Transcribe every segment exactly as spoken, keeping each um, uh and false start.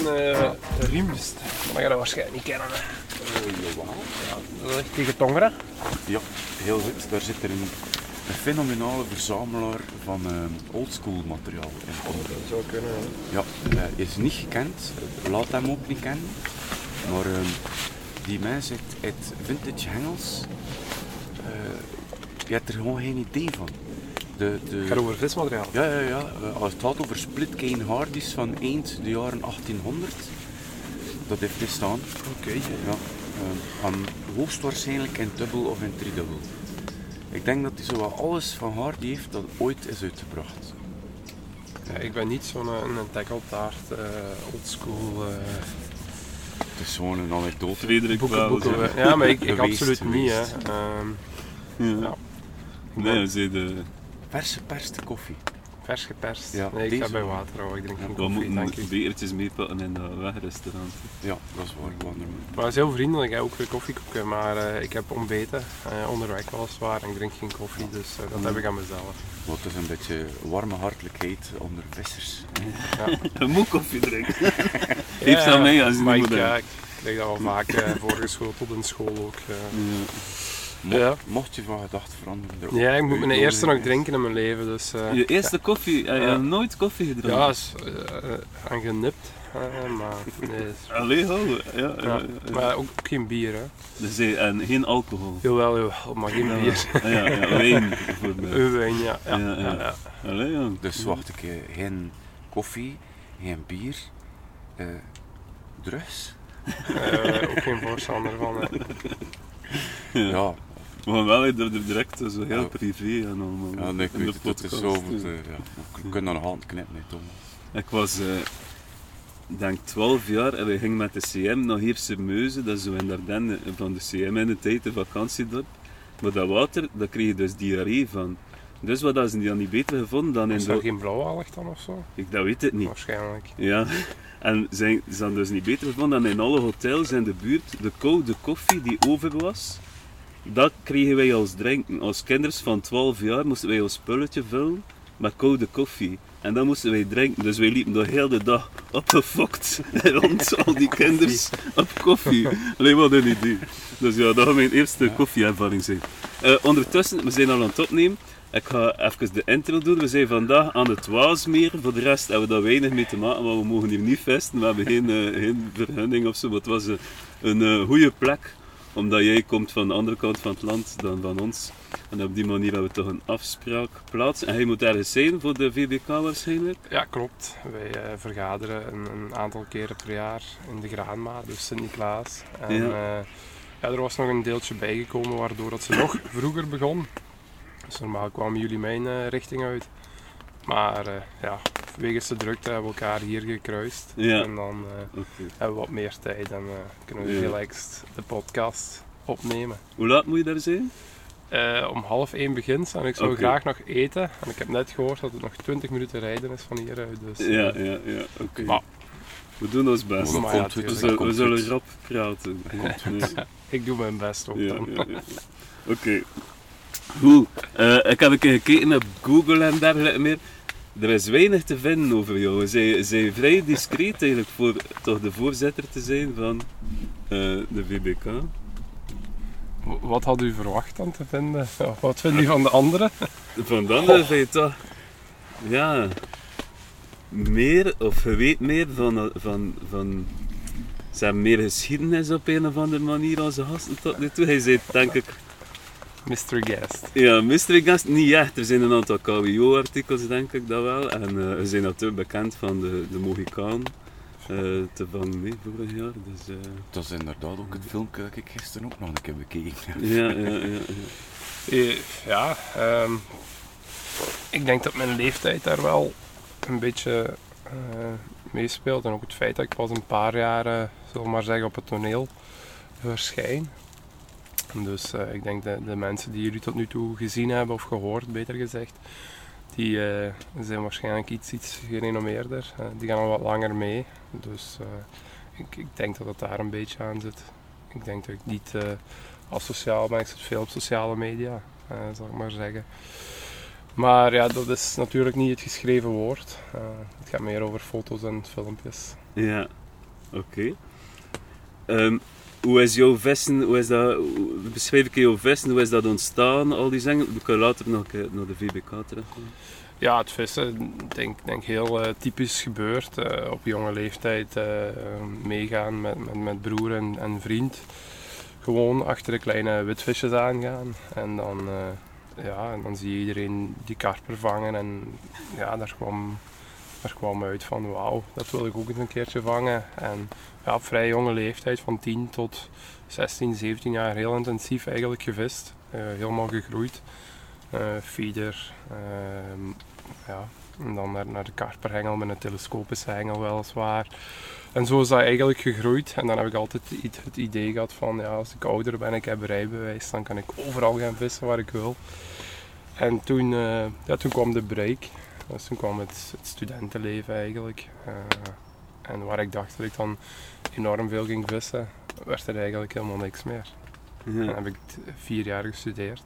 uh, Riemst. Maar dan ga je dat waarschijnlijk niet kennen. Hè. Uh, jawel. Ja, dat ligt tegen Tongeren. Ja, heel goed. Daar zit er een, een fenomenale verzamelaar van uh, oldschool materiaal in. Dat zou kunnen, hè. Ja, hij uh, is niet gekend. Laat hem ook niet kennen. Maar uh, die mens heeft, heeft vintage hengels. Uh, je hebt er gewoon geen idee van. De, de... Het gaat over vismateriaal. Ja, ja, ja. Als het gaat over split-cane hardies van eind de jaren achttienhonderd, dat heeft hij staan. Oké. Okay. Ja. Uh, aan hoogstwaarschijnlijk in dubbel of in driedubbel. Ik denk dat hij zowel alles van Hardy heeft dat ooit is uitgebracht. Ja, ik ben niet zo'n een dekkeltaart, uh, oldschool. Uh... Het is gewoon een anekdote. Frederik boeken, wel. boeken, ja, maar ik, ik geweest, absoluut geweest. niet. Hè. Um, ja. Ja. Nee, ze de... Verse perste koffie. Vers geperst. Ja, nee, ik deze ga bij wel. water houden. Ik drink geen We koffie, moeten denk ik. bekertjes meepakken in dat wegrestaurant. Ja, dat is waar. Wander. Maar hij is heel vriendelijk, hè, ook weer koffie koeken. Maar uh, ik heb ontbeten, uh, onderweg weliswaar, en ik drink geen koffie. Dus uh, dat Mm. heb ik aan mezelf. Wat is een beetje warme hartelijkheid onder vissers. Ja. Je moet koffie drinken. Geef ze aan mij als je maar niet ik, moet uh, drinken. ik krijg dat wel vaak uh, voorgeschoteld in school ook. Uh. Ja. Mocht, Ja. mocht je van gedachten veranderen. er ook Ja, ik moet mijn uitnodigen eerste nog is. drinken in mijn leven. Dus, uh, Je eerste koffie, heb je Ja. nooit koffie gedronken? ja, is uh, uh, aan genipt. Uh, maar nee, is- Allee, hou. Ja, ja, ja. ja. Maar ook geen bier, hè. Dus, eh, en geen alcohol. Jawel, jawel, maar geen bier. Ja, ja, ja, wijn bijvoorbeeld. Uh, wijn, ja. Ja, Ja, ja. ja. Ja, ja. Allee, ja. Dus wacht ik, geen koffie, geen bier, uh, drugs. Uh, ook geen voorstander van. Hè. Ja. Ja, We gaan wel weer er direct zo heel Ja. privé en allemaal. ja nee, ik in de weet het, het is podcast. zo. Moet, uh, ja. We kunnen aan de hand knippen, nee, Tom. Ik was, uh, denk twaalf jaar en we gingen met de C M naar Heersemeuze, dat is zo in Dardenne van de C M in de tijd, een vakantiedorp. Maar dat water, daar kreeg je dus diarree van. Dus wat hadden ze dan niet beter gevonden dan in Is er de... geen blauwalg dan of zo? Ik dat weet het niet. Waarschijnlijk. Ja, en zijn, ze hadden dus niet beter gevonden dan in alle hotels in de buurt de koude koffie die over was. Dat kregen wij als drinken. Als kinders van twaalf jaar moesten wij ons spulletje vullen met koude koffie. En dat moesten wij drinken. Dus wij liepen de hele dag opgefokt rond al die kinders op koffie. Alleen wat een idee. Dus ja, dat gaat mijn eerste koffieervaring zijn. Uh, ondertussen, we zijn al aan het opnemen. Ik ga even de intro doen. We zijn vandaag aan het Waasmeer. Voor de rest hebben we daar weinig mee te maken, maar we mogen hier niet vesten. We hebben geen, uh, geen vergunning of zo. Maar het was uh, een uh, goede plek, omdat jij komt van de andere kant van het land dan van ons. En op die manier hebben we toch een afspraak plaats. En hij moet ergens zijn voor de V B K waarschijnlijk. Ja, klopt. Wij uh, vergaderen een, een aantal keren per jaar in de Graanma, dus Sint-Niklaas. En Ja. ja. Uh, ja, er was nog een deeltje bijgekomen waardoor dat ze nog vroeger begon. Dus normaal kwamen jullie mijn uh, richting uit. Maar uh, ja, wegens de drukte hebben we elkaar hier gekruist. Ja. En dan uh, Okay. hebben we wat meer tijd en uh, kunnen we Ja. relaxed de podcast opnemen. Hoe laat moet je daar zijn? Uh, om half één begint en ik zou Oké. graag nog eten. En ik heb net gehoord dat het nog twintig minuten rijden is van hieruit. Dus, uh, Ja, ja, ja. Oké. Okay. Maar- We doen ons best. Dat Maar komt ja, goed, We dat zullen, komt we zullen goed. rap praten. Ja. ik doe mijn best ook Ja, dan. ja, ja. Oké. Okay. Goed. Uh, ik heb een keer gekeken op Google en dergelijke meer. Er is weinig te vinden over jou. Zij zij vrij discreet eigenlijk voor toch de voorzitter te zijn van uh, de V B K. Wat had u verwacht dan te vinden? Wat vindt u van de anderen? Van dan vind je toch, ja, meer of je weet meer van, van, van ze hebben meer geschiedenis op een of andere manier onze gasten tot nu toe. Hij zei denk ik, mister Guest. ja, mystery guest niet echt. Er zijn een aantal K W O-artikels denk ik dat wel. En uh, we zijn natuurlijk bekend van de, de Mohikaan. Uh, te vangen mee vorig jaar. Dus, uh... Dat is inderdaad ook het filmpje dat ik gisteren ook nog een keer bekeken heb. Ja, ja, ja. ja. Uh, ja, um, ik denk dat mijn leeftijd daar wel een beetje uh, meespeelt. En ook het feit dat ik pas een paar jaar, uh, zullen we maar zeggen, op het toneel verschijn. Dus uh, ik denk dat de mensen die jullie tot nu toe gezien hebben, of gehoord beter gezegd, die uh, zijn waarschijnlijk iets, iets gerenommeerder. Uh, die gaan al wat langer mee. Dus uh, ik, ik denk dat het daar een beetje aan zit. Ik denk dat ik niet uh, asociaal ben, ik zit veel op sociale media, uh, zal ik maar zeggen. Maar ja, dat is natuurlijk niet het geschreven woord. Uh, het gaat meer over foto's en filmpjes. Ja. Oké. Okay. Um, hoe is jouw vissen, hoe is dat, hoe, beschrijf ik jouw vissen, hoe is dat ontstaan, al die zingen? We kunnen later nog naar de V B K teruggaan. Ja, het vissen, denk denk heel uh, typisch gebeurd. Uh, op jonge leeftijd uh, meegaan met, met, met broer en, en vriend. Gewoon achter de kleine witvisjes aangaan. En dan, uh, ja, en dan zie je iedereen die karper vangen. En ja, daar kwam, daar kwam uit van wauw, dat wil ik ook eens een keertje vangen. En ja, op vrij jonge leeftijd, van tien tot zestien, zeventien jaar, heel intensief eigenlijk gevist. Uh, helemaal gegroeid. Uh, feeder, uh, ja, en dan naar, naar de karperhengel met een telescopische hengel weliswaar. En zo is dat eigenlijk gegroeid. En dan heb ik altijd het idee gehad van, ja, als ik ouder ben, ik heb rijbewijs, dan kan ik overal gaan vissen waar ik wil. En toen, uh, ja, toen kwam de break. Dus toen kwam het, het studentenleven eigenlijk. Uh, en waar ik dacht dat ik dan enorm veel ging vissen, werd er eigenlijk helemaal niks meer. Ja. En dan heb ik vier jaar gestudeerd.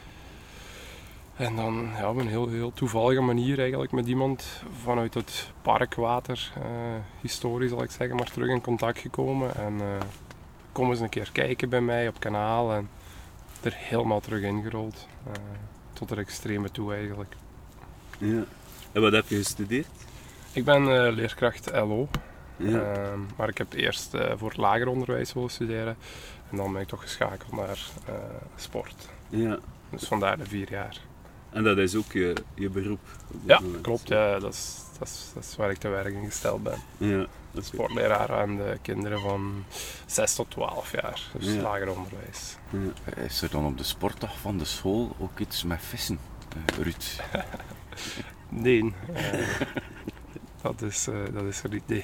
En dan ja, op een heel, heel toevallige manier eigenlijk met iemand vanuit het parkwater, uh, historisch zal ik zeggen, maar terug in contact gekomen. En uh, kom eens een keer kijken bij mij op kanaal en er helemaal terug ingerold. Uh, tot het extreme toe eigenlijk. Ja. En wat heb je gestudeerd? Ik ben uh, leerkracht L O. Ja. Uh, maar ik heb eerst uh, voor het lager onderwijs willen studeren. En dan ben ik toch geschakeld naar uh, sport. Ja. Dus vandaar de vier jaar. En dat is ook je, je beroep? Ja, moment. Klopt. Ja, dat, is, dat, is, dat is waar ik te werk in gesteld ben. Ja, sportleraar aan de kinderen van zes tot twaalf jaar. Dus ja. lager onderwijs. Ja. Is er dan op de sportdag van de school ook iets met vissen, uh, Ruud? Nee. Uh, dat, is, uh, dat is er niet, nee.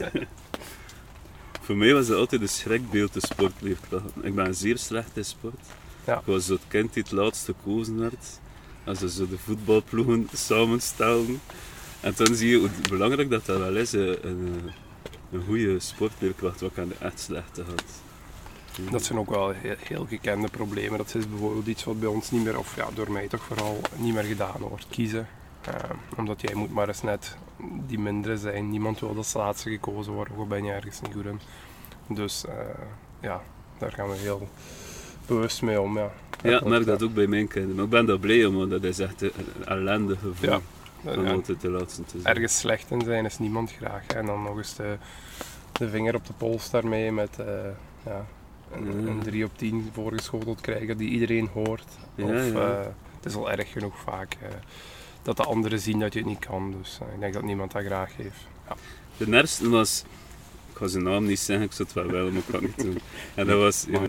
Voor mij was dat altijd een schrikbeeld, de sportleerkracht. Ik ben zeer slecht in sport. Ja. Ik was zo het kind die het laatste gekozen werd. Als ze zo de voetbalploegen samenstellen. En dan zie je hoe belangrijk dat, dat wel is, een, een, een goede sportleerkracht, wat ik aan de echt slechte had. Ja. Dat zijn ook wel heel, heel gekende problemen. Dat is bijvoorbeeld iets wat bij ons niet meer, of ja, door mij toch vooral, niet meer gedaan wordt. Kiezen. Uh, omdat jij moet maar eens net die mindere zijn. Niemand wil als laatste gekozen worden, ook ben je ergens niet goed in. Dus uh, ja, daar gaan we heel bewust mee om. Ja, ja ik merk dat ook bij mijn kinderen. Maar ik ben daar blij om, want dat is echt een ellendig gevoel. Ja. Om ja, altijd de laatste te zijn. Ergens slecht in zijn is niemand graag. En dan nog eens de, de vinger op de pols daarmee met uh, ja, een, ja. een drie op tien voorgeschoteld krijgen die iedereen hoort. Ja, of ja. Uh, het is al erg genoeg vaak uh, dat de anderen zien dat je het niet kan. Dus uh, ik denk dat niemand dat graag heeft. Ja. De eerste was, ik ga zijn naam niet zeggen, ik zou het wel willen, maar ik kan het niet doen. En dat was, ja,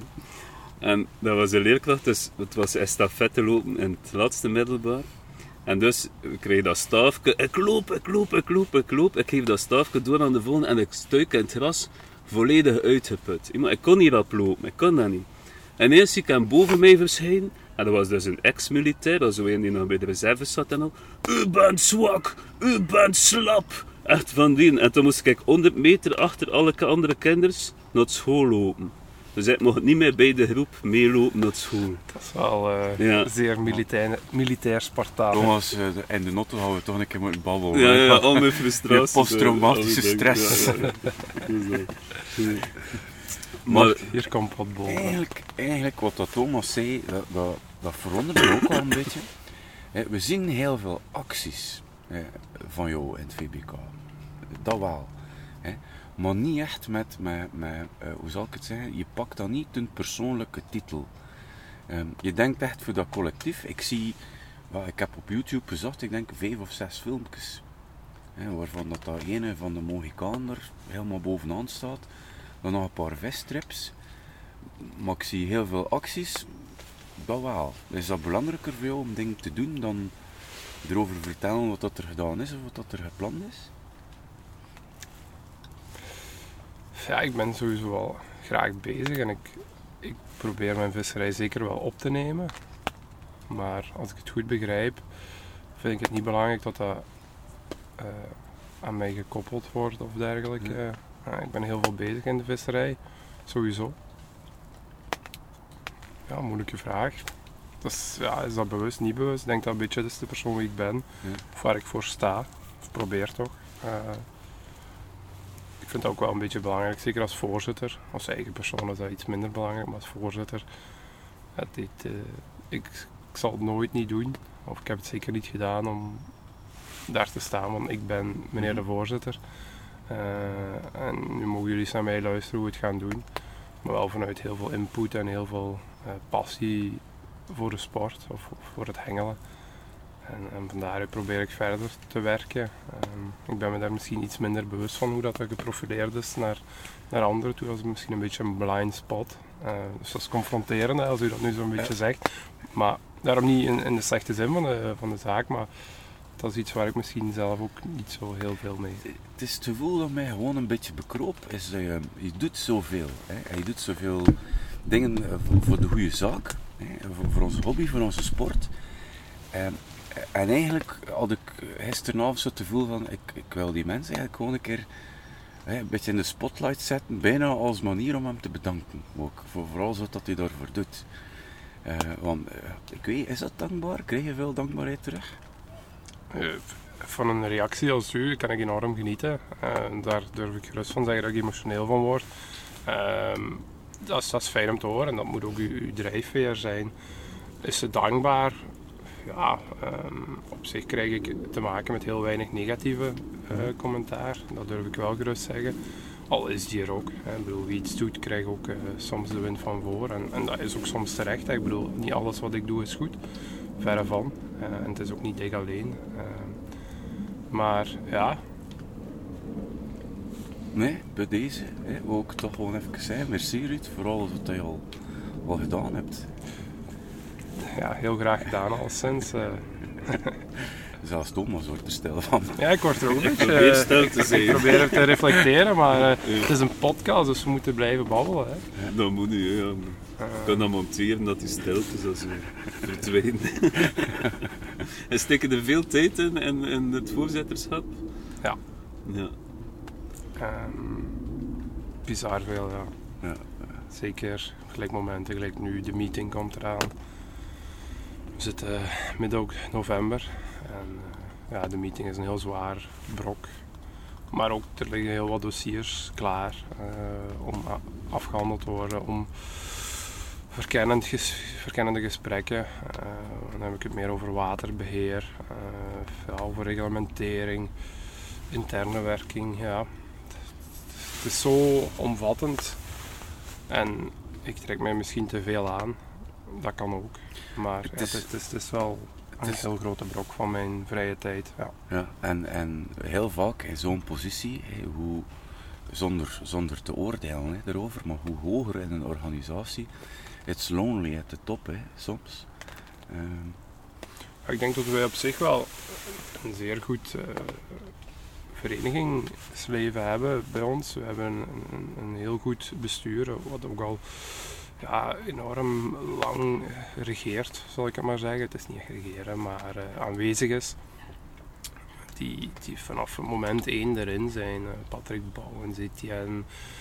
en dat was een leerkracht, dus het was estafette lopen in het laatste middelbaar. En dus ik kreeg dat staafje, ik loop, ik loop, ik loop, ik loop. Ik geef dat staafje door aan de volgende en ik stuik in het gras, volledig uitgeput. Ik kon niet oplopen, ik kon dat niet. En ineens zie ik hem boven mij verschijnen. En dat was dus een ex-militair, dat was zo een die nog bij de reserves zat en al. U bent zwak, u bent slap. Echt van die. En toen moest ik honderd meter achter alle andere kinders naar school lopen. Dus ik mocht niet meer bij de groep meelopen naar school. Dat is wel uh, ja. zeer militair, militair Spartaan. Thomas, uh, in de notto gaan we toch een keer moeten babbelen. Ja, ja, al mijn frustraties. Posttraumatische stress. Ja, ja. Ja. Maar, maar hier komt wat boven. Eigenlijk, eigenlijk wat dat Thomas zei, dat, dat, dat verwondert me ook wel een beetje. We zien heel veel acties van jou in het V B K. Dat wel. Maar niet echt met, met, met uh, hoe zal ik het zeggen, je pakt dan niet een persoonlijke titel. Um, je denkt echt voor dat collectief. Ik zie, well, ik heb op YouTube gezocht, ik denk vijf of zes filmpjes. Hè, waarvan dat daar ene van de Mohikanen er helemaal bovenaan staat. Dan nog een paar veststrips. Maar ik zie heel veel acties. Dat wel. Is dat belangrijker voor jou om dingen te doen dan erover vertellen wat dat er gedaan is of wat dat er gepland is? Ja, ik ben sowieso wel graag bezig en ik, ik probeer mijn visserij zeker wel op te nemen. Maar als ik het goed begrijp, vind ik het niet belangrijk dat dat uh, aan mij gekoppeld wordt of dergelijke. Ja. Uh, ik ben heel veel bezig in de visserij, sowieso. Ja, moeilijke vraag. Dus, ja, is dat bewust, niet bewust? Ik denk dat een beetje dat is de persoon wie ik ben, ja. Of waar ik voor sta, of probeer toch. Uh, ik vind dat ook wel een beetje belangrijk, zeker als voorzitter. Als eigen persoon is dat iets minder belangrijk, maar als voorzitter, ja, dit, uh, ik, ik zal het nooit niet doen. Of ik heb het zeker niet gedaan om daar te staan, want ik ben meneer de voorzitter. Uh, en nu mogen jullie naar mij luisteren hoe we het gaan doen. Maar wel vanuit heel veel input en heel veel uh, passie voor de sport of, of voor het hengelen. En, en van daaruit probeer ik verder te werken. Um, ik ben me daar misschien iets minder bewust van hoe dat geprofileerd is naar, naar anderen toe. Dat is misschien een beetje een blind spot. Uh, dus dat is confronterend als u dat nu zo'n beetje zegt. Maar daarom niet in, in de slechte zin van de, van de zaak, maar dat is iets waar ik misschien zelf ook niet zo heel veel mee. Het is het gevoel dat mij gewoon een beetje bekroop, is dat je, je doet zoveel. Hè. Je doet zoveel dingen voor, voor de goede zaak, hè. Voor, voor onze hobby, voor onze sport. En, en eigenlijk had ik gisteravond zo het gevoel van, ik, ik wil die mensen eigenlijk gewoon een keer hè, een beetje in de spotlight zetten, bijna als manier om hem te bedanken. Ook, voor, voor alles wat hij daarvoor doet. Uh, want, uh, ik weet, is dat dankbaar? Krijg je veel dankbaarheid terug? Uh, van een reactie als u kan ik enorm genieten. Uh, daar durf ik gerust van zeggen dat ik emotioneel van word. Uh, dat, is, dat is fijn om te horen en dat moet ook uw, uw drijfveer zijn. Is ze dankbaar? Ja, um, op zich krijg ik te maken met heel weinig negatieve uh, commentaar. Dat durf ik wel gerust zeggen. Al is die er ook. Hè. Ik bedoel, wie iets doet, krijgt ook uh, soms de wind van voor. En, en dat is ook soms terecht. Hè. Ik bedoel, niet alles wat ik doe is goed. Verre van. Uh, en het is ook niet ik alleen. Uh, maar ja. Nee, bij deze hè, wil ik toch gewoon even zeggen. Merci Ruud voor alles wat je al, al gedaan hebt. Ja, heel graag gedaan al sinds. Uh... Zelfs Thomas wordt er stil van. Ja, ik word er ook een beetje... probeer stil te zijn. Ik probeer even te reflecteren, maar uh, het is een podcast, dus we moeten blijven babbelen. Hè. Ja, dat moet nu, ja. Ik kan dan monteren dat die stilte is als we verdwijnen. En steken er veel tijd in, in, in het voorzitterschap? Ja. Ja. Um, bizar veel, ja. Ja. Zeker gelijk momenten, gelijk nu, de meeting komt eraan. We zitten uh, midden november en uh, ja, de meeting is een heel zwaar brok. Maar ook er liggen heel wat dossiers klaar uh, om afgehandeld te worden, om verkennend ges verkennende gesprekken. Uh, dan heb ik het meer over waterbeheer, uh, ja, over reglementering, interne werking. Ja. Het is zo omvattend en ik trek mij misschien te veel aan. Dat kan ook, maar het is, ja, het is, het is wel een is, heel grote brok van mijn vrije tijd. Ja. Ja, en, en heel vaak in zo'n positie, hè, hoe, zonder, zonder te oordelen hè, daarover, maar hoe hoger in een organisatie, it's lonely at the top hè, soms. Um. Ik denk dat wij op zich wel een zeer goed uh, verenigingsleven hebben bij ons. We hebben een, een, een heel goed bestuur, wat ook al ja, enorm lang regeert, zal ik het maar zeggen. Het is niet echt regeren, maar uh, aanwezig is. Die, die vanaf moment één erin zijn. Uh, Patrick Bouwens, Etienne,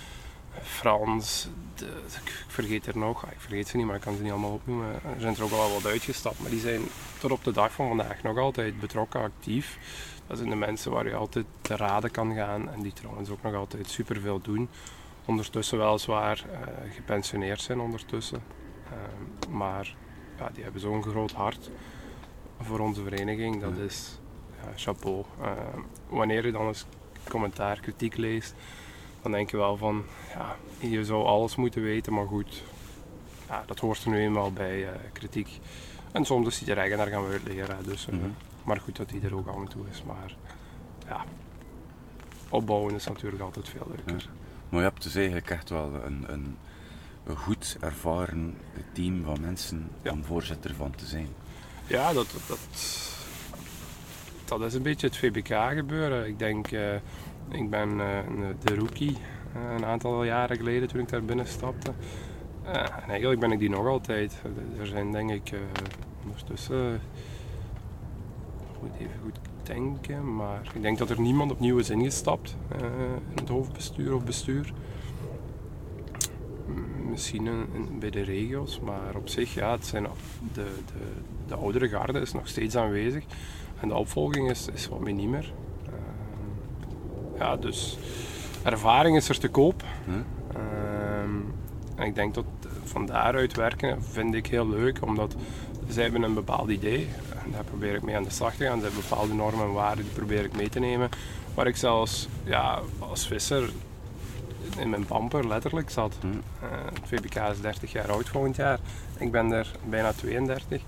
Frans, de, ik vergeet er nog, ik vergeet ze niet, maar ik kan ze niet allemaal opnoemen. Er zijn er ook al wat uitgestapt, maar die zijn tot op de dag van vandaag nog altijd betrokken, actief. Dat zijn de mensen waar je altijd te raden kan gaan en die trouwens ook nog altijd superveel doen. Ondertussen weliswaar uh, gepensioneerd zijn ondertussen. Uh, maar ja, die hebben zo'n groot hart voor onze vereniging, dat is ja, chapeau. Uh, wanneer je dan eens commentaar, kritiek leest, dan denk je wel van, ja, je zou alles moeten weten, maar goed, ja, dat hoort er nu eenmaal bij, uh, kritiek. En soms is die er eigen, daar gaan we uit leren, dus, uh, mm-hmm. Maar goed dat die er ook af en toe is, maar ja, opbouwen is natuurlijk altijd veel leuker. Ja. Maar je hebt dus eigenlijk echt wel een, een, een goed ervaren team van mensen ja. om voorzitter van te zijn. Ja, dat, dat, dat is een beetje het V B K gebeuren. Ik denk, uh, ik ben uh, de rookie uh, een aantal jaren geleden toen ik daar binnen stapte. Uh, en eigenlijk ben ik die nog altijd. Er zijn denk ik uh, ondertussen, ik moet even goed denken, maar ik denk dat er niemand opnieuw is ingestapt uh, in het hoofdbestuur of bestuur. Misschien een, een, bij de regio's, maar op zich, ja, het zijn de, de, de oudere garde is nog steeds aanwezig en de opvolging is, is wat minimer. Uh, ja, dus ervaring is er te koop. Huh? Ehm, en ik denk dat van daaruit werken vind ik heel leuk, omdat zij hebben een bepaald idee. En daar probeer ik mee aan de slag te gaan. Ze hebben bepaalde normen en waarden, die probeer ik mee te nemen. Waar ik zelfs ja, als visser in mijn pamper letterlijk zat. Hmm. Uh, het V B K is dertig jaar oud volgend jaar. Ik ben er bijna tweeëndertig.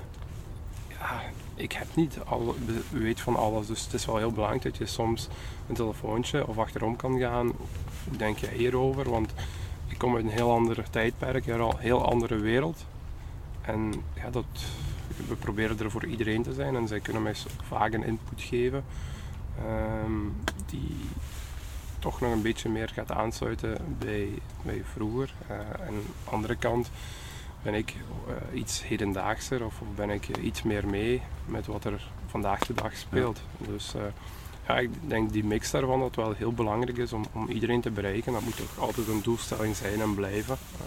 Ja, ik heb niet al, weet van alles, dus het is wel heel belangrijk dat je soms een telefoontje of achterom kan gaan. Hoe denk jij hierover? Want ik kom uit een heel ander tijdperk, een heel andere wereld. En ja, dat, we proberen er voor iedereen te zijn en zij kunnen mij vaak een input geven um, die toch nog een beetje meer gaat aansluiten bij, bij vroeger. Uh, en aan de andere kant ben ik uh, iets hedendaagser of, of ben ik uh, iets meer mee met wat er vandaag de dag speelt. Ja. Dus uh, ja, ik denk die mix daarvan dat wel heel belangrijk is om, om iedereen te bereiken. Dat moet toch altijd een doelstelling zijn en blijven. Uh,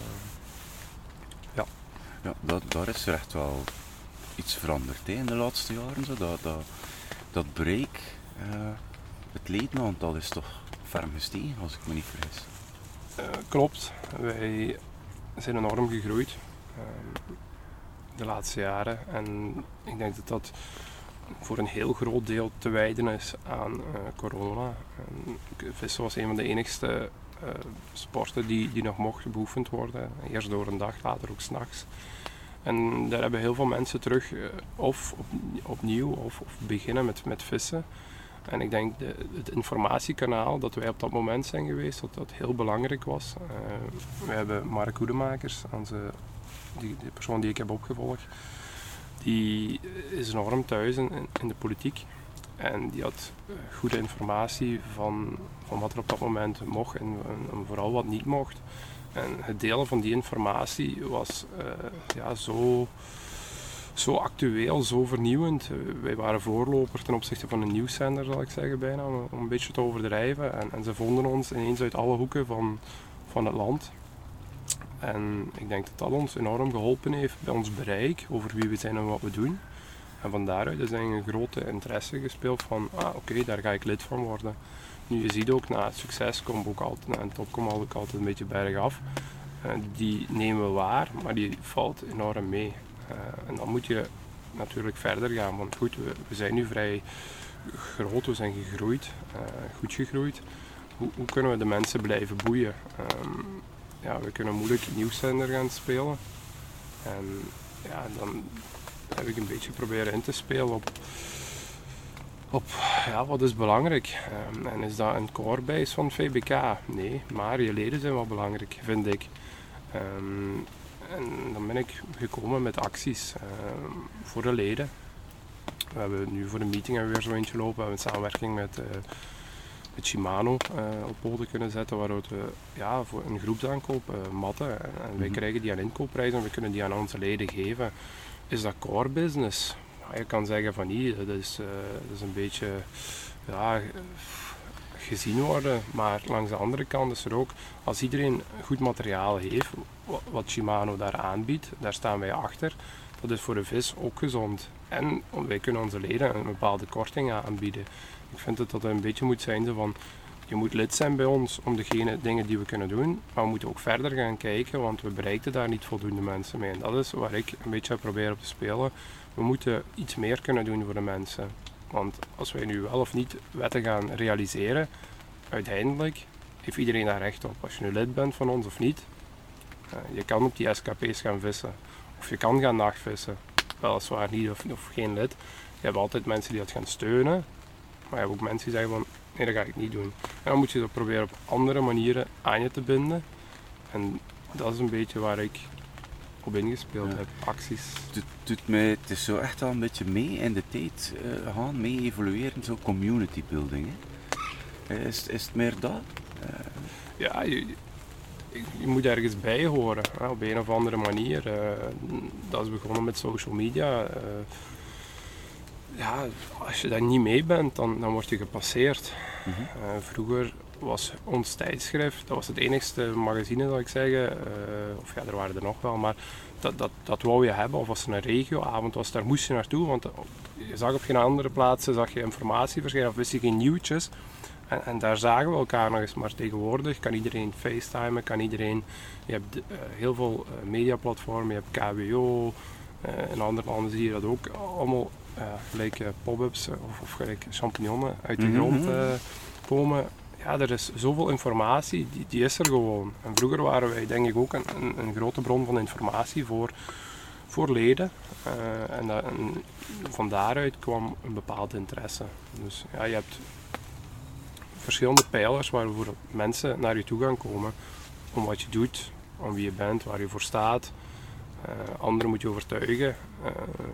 ja, ja dat, daar is er echt wel iets veranderd hè, in de laatste jaren. Zo. Dat, dat, dat bereik, uh, het ledenaantal is toch ferm gestegen, als ik me niet vergis. Uh, klopt, wij zijn enorm gegroeid uh, de laatste jaren en ik denk dat dat voor een heel groot deel te wijten is aan uh, corona. En vissen was een van de enigste uh, sporten die, die nog mochten beoefend worden, eerst door een dag, later ook 's nachts. En daar hebben heel veel mensen terug uh, of op, opnieuw of, of beginnen met, met vissen. En ik denk de, het informatiekanaal dat wij op dat moment zijn geweest, dat dat heel belangrijk was. Uh, we hebben Mark Hoedemakers, onze, die, de persoon die ik heb opgevolgd, die is enorm thuis in, in de politiek. En die had uh, goede informatie van, van wat er op dat moment mocht en, en, en vooral wat niet mocht. En het delen van die informatie was uh, ja, zo... Zo actueel, zo vernieuwend. Wij waren voorloper ten opzichte van een nieuwszender, zal ik zeggen bijna, om een beetje te overdrijven. En, en ze vonden ons ineens uit alle hoeken van, van het land. En ik denk dat dat ons enorm geholpen heeft bij ons bereik, over wie we zijn en wat we doen. En van daaruit is eigenlijk een grote interesse gespeeld van, ah oké, okay, daar ga ik lid van worden. Nu, je ziet ook, na het succes komt ook altijd, na een top komt ook altijd een beetje bergaf. Uh, die nemen we waar, maar die valt enorm mee. Uh, en dan moet je natuurlijk verder gaan, want goed, we, we zijn nu vrij groot, we zijn gegroeid, uh, goed gegroeid. Hoe, hoe kunnen we de mensen blijven boeien? Um, ja, we kunnen moeilijk nieuwszender gaan spelen. En ja, dan heb ik een beetje proberen in te spelen op, op ja, wat is belangrijk. Um, en is dat een core base van V B K? Nee, maar je leden zijn wel belangrijk, vind ik. Um, En dan ben ik gekomen met acties uh, voor de leden. We hebben nu voor de meeting hebben we weer zo eentje lopen. We hebben een samenwerking met, uh, met Shimano uh, op poten kunnen zetten, waardoor we ja, voor een groepsaankoop uh, matten. En, en wij krijgen die aan inkoopprijs en we kunnen die aan onze leden geven. Is dat core business? Ja, je kan zeggen van niet, dat is, uh, dat is een beetje ja, gezien worden, maar langs de andere kant is er ook, als iedereen goed materiaal heeft, wat Shimano daar aanbiedt, daar staan wij achter, dat is voor de vis ook gezond. En wij kunnen onze leden een bepaalde korting aanbieden. Ik vind dat dat een beetje moet zijn van, je moet lid zijn bij ons om degene dingen die we kunnen doen, maar we moeten ook verder gaan kijken, want we bereikten daar niet voldoende mensen mee. En dat is waar ik een beetje probeer op te spelen. We moeten iets meer kunnen doen voor de mensen. Want als wij nu wel of niet wetten gaan realiseren, uiteindelijk heeft iedereen daar recht op. Als je nu lid bent van ons of niet, uh, je kan op die S K P's gaan vissen. Of je kan gaan nachtvissen. Weliswaar niet of, of geen lid. Je hebt altijd mensen die dat gaan steunen. Maar je hebt ook mensen die zeggen van, nee, dat ga ik niet doen. En dan moet je dat proberen op andere manieren aan je te binden. En dat is een beetje waar ik op ingespeeld ja. heb, acties. Het doet mij, het is zo echt al een beetje mee in de tijd uh, gaan, mee evolueren, zo community building. Hè? Is, is het meer dat? Uh... Ja, je, je moet ergens bij horen, hè, op een of andere manier. Uh, dat is begonnen met social media. Uh, ja, als je daar niet mee bent, dan, dan word je gepasseerd. Mm-hmm. Uh, vroeger was ons tijdschrift, dat was het enigste magazine, zal ik zeggen, uh, of ja, er waren er nog wel, maar dat, dat, dat wou je hebben. Of als er een regioavond was, daar moest je naartoe, want je zag op geen andere plaatsen zag je informatie verschijnen of wist je geen nieuwtjes. En, en daar zagen we elkaar nog eens, maar tegenwoordig kan iedereen facetimen, kan iedereen, je hebt uh, heel veel uh, mediaplatformen, je hebt K W O, uh, in andere landen zie je dat ook allemaal, uh, gelijk uh, pop-ups uh, of, of gelijk champignonnen uit de Mm-hmm. grond uh, komen. Ja, er is zoveel informatie, die, die is er gewoon. En vroeger waren wij denk ik ook een, een, een grote bron van informatie voor, voor leden. Uh, en, dat, en van daaruit kwam een bepaald interesse. Dus ja, je hebt verschillende pijlers waarvoor mensen naar je toe gaan komen. Om wat je doet, om wie je bent, waar je voor staat. Uh, anderen moet je overtuigen. Uh,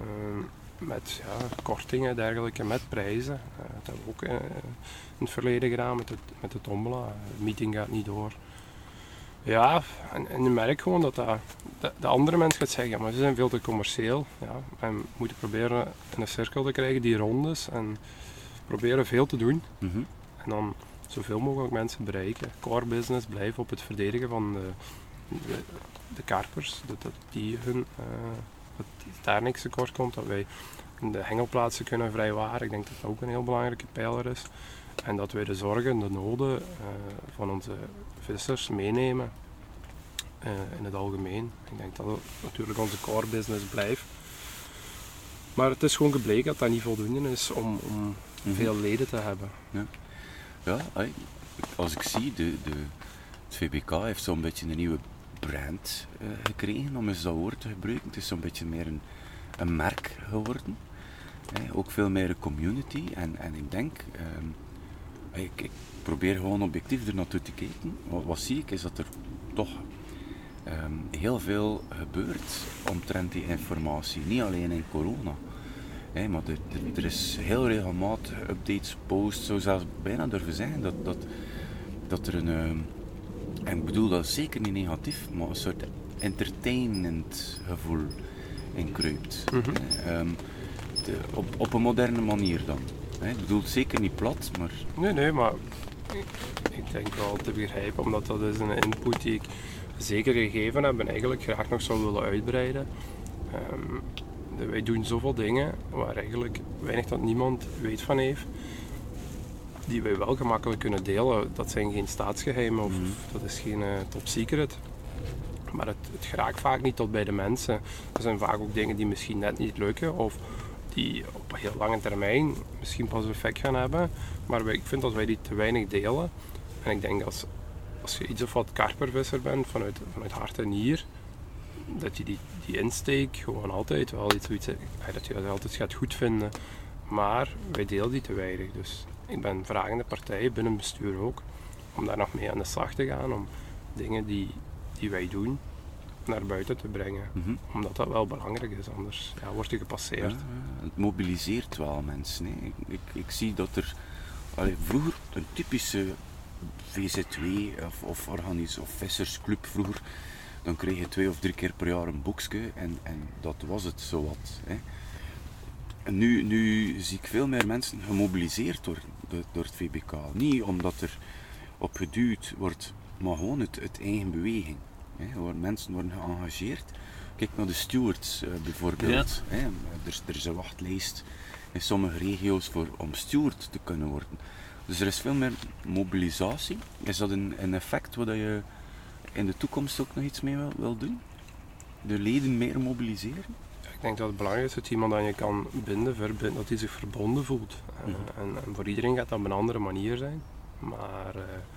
met ja, kortingen en dergelijke, met prijzen. Uh, dat hebben we ook uh, in het verleden gedaan met, het, met de tombola. De meeting gaat niet door. Ja, en, en je merkt gewoon dat, dat de, de andere mensen gaat zeggen, maar ze zijn veel te commercieel. Ja, en we moeten proberen in een cirkel te krijgen die rond is en proberen veel te doen. Mm-hmm. En dan zoveel mogelijk mensen bereiken. Core business blijven op het verdedigen van de, de, de karpers, dat, dat die hun, uh, dat daar niks tekort komt, dat wij de hengelplaatsen kunnen vrijwaren. Ik denk dat dat ook een heel belangrijke pijler is. En dat wij de zorgen, de noden uh, van onze vissers meenemen uh, in het algemeen. Ik denk dat het natuurlijk onze core business blijft. Maar het is gewoon gebleken dat dat niet voldoende is om, om Mm-hmm. veel leden te hebben. Ja, ja ai, als ik zie, de, de, het V B K heeft zo'n beetje een nieuwe brand uh, gekregen, om eens dat woord te gebruiken. Het is zo'n beetje meer een, een merk geworden. Hè, ook veel meer een community. En, en ik denk, um, ik, ik probeer gewoon objectief er naartoe te kijken. Wat, wat zie ik is dat er toch um, heel veel gebeurt omtrent die informatie. Niet alleen in corona. Hey, maar er, er, er is heel regelmatig updates, posts, zou zelfs bijna durven zeggen dat, dat, dat er een, uh, en ik bedoel dat zeker niet negatief, maar een soort entertainment gevoel in kruipt. Mm-hmm. Hey, um, de, op, op een moderne manier dan. Hey, ik bedoel zeker niet plat, maar... Nee, nee, maar ik, ik denk wel te begrijpen, omdat dat is een input die ik zeker gegeven heb en eigenlijk graag nog zou willen uitbreiden. Um, Wij doen zoveel dingen waar eigenlijk weinig tot niemand weet van heeft, die wij wel gemakkelijk kunnen delen. Dat zijn geen staatsgeheimen of, Mm. of dat is geen uh, top secret. Maar het, het geraakt vaak niet tot bij de mensen. Er zijn vaak ook dingen die misschien net niet lukken of die op een heel lange termijn misschien pas effect gaan hebben. Maar wij, ik vind dat wij die te weinig delen. En ik denk als, als je iets of wat karpervisser bent vanuit, vanuit hart en nier, dat je die, die insteek gewoon altijd wel iets, iets dat je dat altijd gaat goed vinden. Maar wij delen die te weinig. Dus ik ben vragende partij, binnen bestuur ook, om daar nog mee aan de slag te gaan. Om dingen die, die wij doen naar buiten te brengen. Mm-hmm. Omdat dat wel belangrijk is, anders ja, word je gepasseerd. Ja, het mobiliseert wel mensen. Hè. Ik, ik, ik zie dat er allee, vroeger een typische V Z W of, of, organis- of vissersclub vroeger, dan kreeg je twee of drie keer per jaar een boekje en, en dat was het zowat. Hè. En nu, nu zie ik veel meer mensen gemobiliseerd door, door, door het V B K. Niet omdat er op geduwd wordt, maar gewoon het, het eigen beweging. Hè, waar mensen worden geëngageerd. Kijk naar de stewards uh, bijvoorbeeld. Ja. Hè. Er, er is een wachtlijst in sommige regio's voor, om steward te kunnen worden. Dus er is veel meer mobilisatie. Is dat een, een effect waar je in de toekomst ook nog iets mee wil, wil doen? De leden meer mobiliseren? Ik denk dat het belangrijk is dat iemand aan je kan binden, verbinden, dat hij zich verbonden voelt. Mm-hmm. Uh, en, en voor iedereen gaat dat op een andere manier zijn. Maar uh,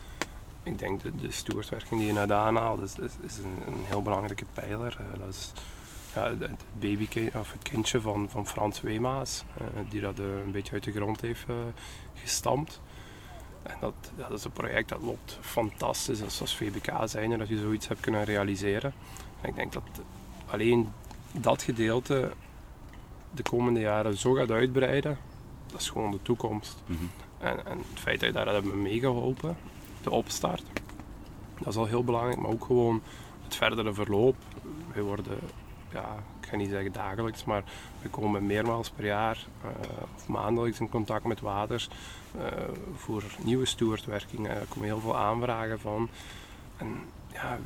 ik denk dat de stewardwerking die je net aanhaalt, is, is, is een, een heel belangrijke pijler. Uh, dat is ja, het babykind, of het kindje van, van Frans Weemaas, uh, die dat uh, een beetje uit de grond heeft uh, gestampt. En dat, dat is een project dat loopt fantastisch. Als, als V B K zijnde dat je zoiets hebt kunnen realiseren. En ik denk dat alleen dat gedeelte de komende jaren zo gaat uitbreiden, dat is gewoon de toekomst. Mm-hmm. En, en het feit dat je daar hebt meegeholpen, de opstart, dat is al heel belangrijk, maar ook gewoon het verdere verloop. We worden, ja, ik ga niet zeggen dagelijks, maar we komen meermaals per jaar uh, of maandelijks in contact met waters uh, voor nieuwe stewardwerking. Er komen heel veel aanvragen van. En ja,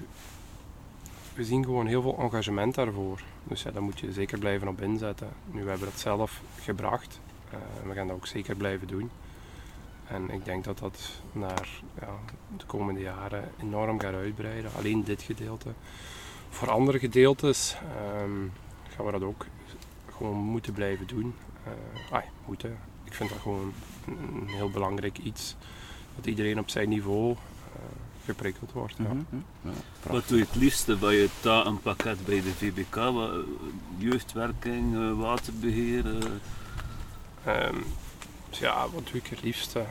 we zien gewoon heel veel engagement daarvoor. Dus ja, daar moet je zeker blijven op inzetten. Nu, we hebben dat zelf gebracht. Uh, we gaan dat ook zeker blijven doen. En ik denk dat dat naar ja, de komende jaren enorm gaat uitbreiden. Alleen dit gedeelte. Voor andere gedeeltes um, gaan we dat ook gewoon moeten blijven doen. Uh, ah, moeten. Ik vind dat gewoon een, een heel belangrijk iets. Dat iedereen op zijn niveau uh, geprikkeld wordt. Ja. Mm-hmm. Ja, wat doe je het liefste bij je takenpakket bij de V B K? Wat, jeugdwerking, uh, waterbeheer? Uh... Um, dus ja, wat doe ik het liefste?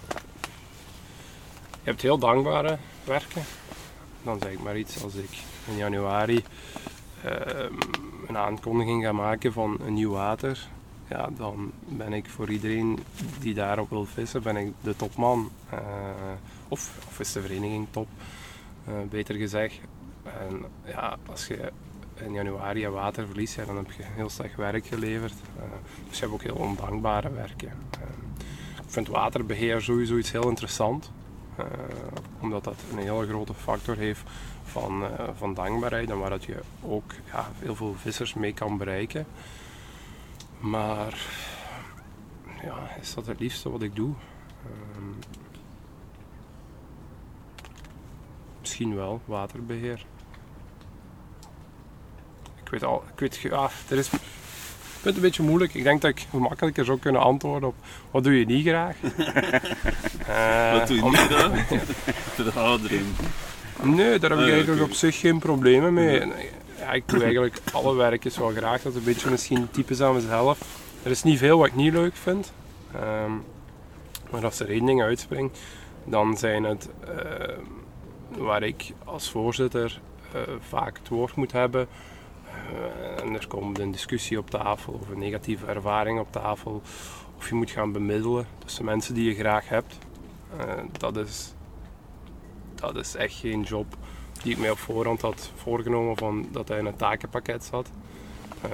Je hebt heel dankbare werken. Dan zeg ik maar iets als ik in januari um, een aankondiging ga maken van een nieuw water. Ja, dan ben ik voor iedereen die daarop wil vissen, ben ik de topman. Uh, of, of is de vereniging top, uh, beter gezegd. En ja, als je in januari je water verliest, ja, dan heb je heel slecht werk geleverd. Uh, dus je hebt ook heel ondankbare werken. Uh, ik vind waterbeheer sowieso iets heel interessant. Uh, omdat dat een hele grote factor heeft van, uh, van dankbaarheid en waar dat je ook ja, heel veel vissers mee kan bereiken. Maar ja, is dat het liefste wat ik doe? Um, misschien wel, waterbeheer. Ik weet al, ik weet, ja, er is, ik vind het een beetje moeilijk. Ik denk dat ik gemakkelijker zou kunnen antwoorden op wat doe je niet graag? uh, wat doe je om, niet graag? Vergadering. Nee, daar heb ik uh, eigenlijk okay. op zich geen problemen mee. Ja, ik doe eigenlijk alle werkjes wel graag. Dat is een beetje misschien typisch aan mezelf. Er is niet veel wat ik niet leuk vind. Um, maar als er één ding uitspringt, dan zijn het uh, waar ik als voorzitter uh, vaak het woord moet hebben. Uh, en er komt een discussie op tafel of een negatieve ervaring op tafel. Of je moet gaan bemiddelen tussen mensen die je graag hebt. Uh, dat is, dat is echt geen job die ik mij op voorhand had voorgenomen van dat hij in een takenpakket zat. Uh,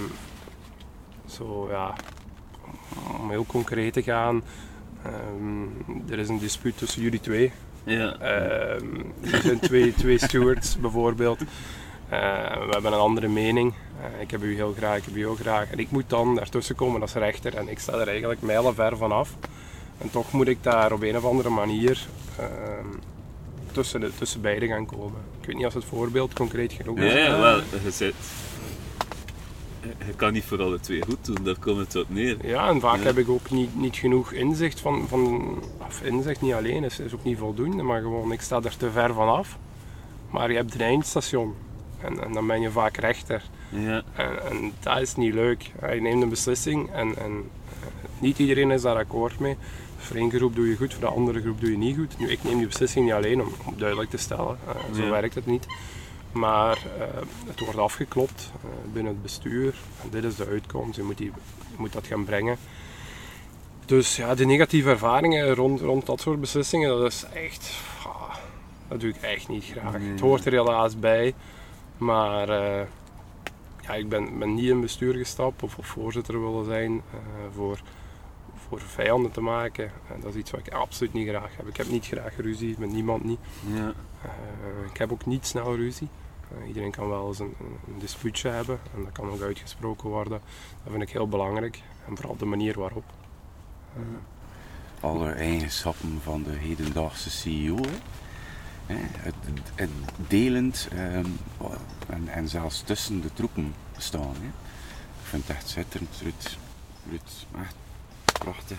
zo ja, om heel concreet te gaan, um, er is een dispuut tussen jullie twee. Ja. Um, er zijn twee, twee stewards bijvoorbeeld. Uh, we hebben een andere mening. Uh, ik heb u heel graag, ik heb u heel graag. En ik moet dan daartussen komen als rechter en ik sta er eigenlijk mijlenver van af. En toch moet ik daar op een of andere manier uh, tussen, de, tussen beiden gaan komen. Ik weet niet of het voorbeeld concreet genoeg is. Ja, ja wel, je zit... Je kan niet voor alle twee goed doen, daar komt het op neer. Ja, en vaak ja. heb ik ook niet, niet genoeg inzicht van, van... Of inzicht niet alleen, is, is ook niet voldoende, maar gewoon, ik sta er te ver van af. Maar je hebt een eindstation. En, en dan ben je vaak rechter. Ja. En, en dat is niet leuk. Je neemt een beslissing en, en uh, niet iedereen is daar akkoord mee. Voor één groep doe je goed, voor de andere groep doe je niet goed. Nu, ik neem die beslissing niet alleen om, om duidelijk te stellen. Uh, zo ja. werkt het niet. Maar uh, het wordt afgeklopt uh, binnen het bestuur. En dit is de uitkomst, je moet, die, je moet dat gaan brengen. Dus ja, de negatieve ervaringen rond, rond dat soort beslissingen, dat is echt... Ah, dat doe ik echt niet graag. Nee. Het hoort er helaas bij. Maar uh, ja, ik ben, ben niet in bestuur gestapt of, of voorzitter willen zijn uh, voor, voor vijanden te maken. Uh, dat is iets wat ik absoluut niet graag heb. Ik heb niet graag ruzie, met niemand niet. Ja. Uh, ik heb ook niet snel ruzie. Uh, iedereen kan wel eens een, een dispuutje hebben en dat kan ook uitgesproken worden. Dat vind ik heel belangrijk en vooral de manier waarop. Uh, Alle eigenschappen van de hedendaagse C E O. Hè? Hè? Het, het delend um, en, en zelfs tussen de troepen staan. Hè? Ik vind het echt schitterend, Ruud. Ruud, echt prachtig.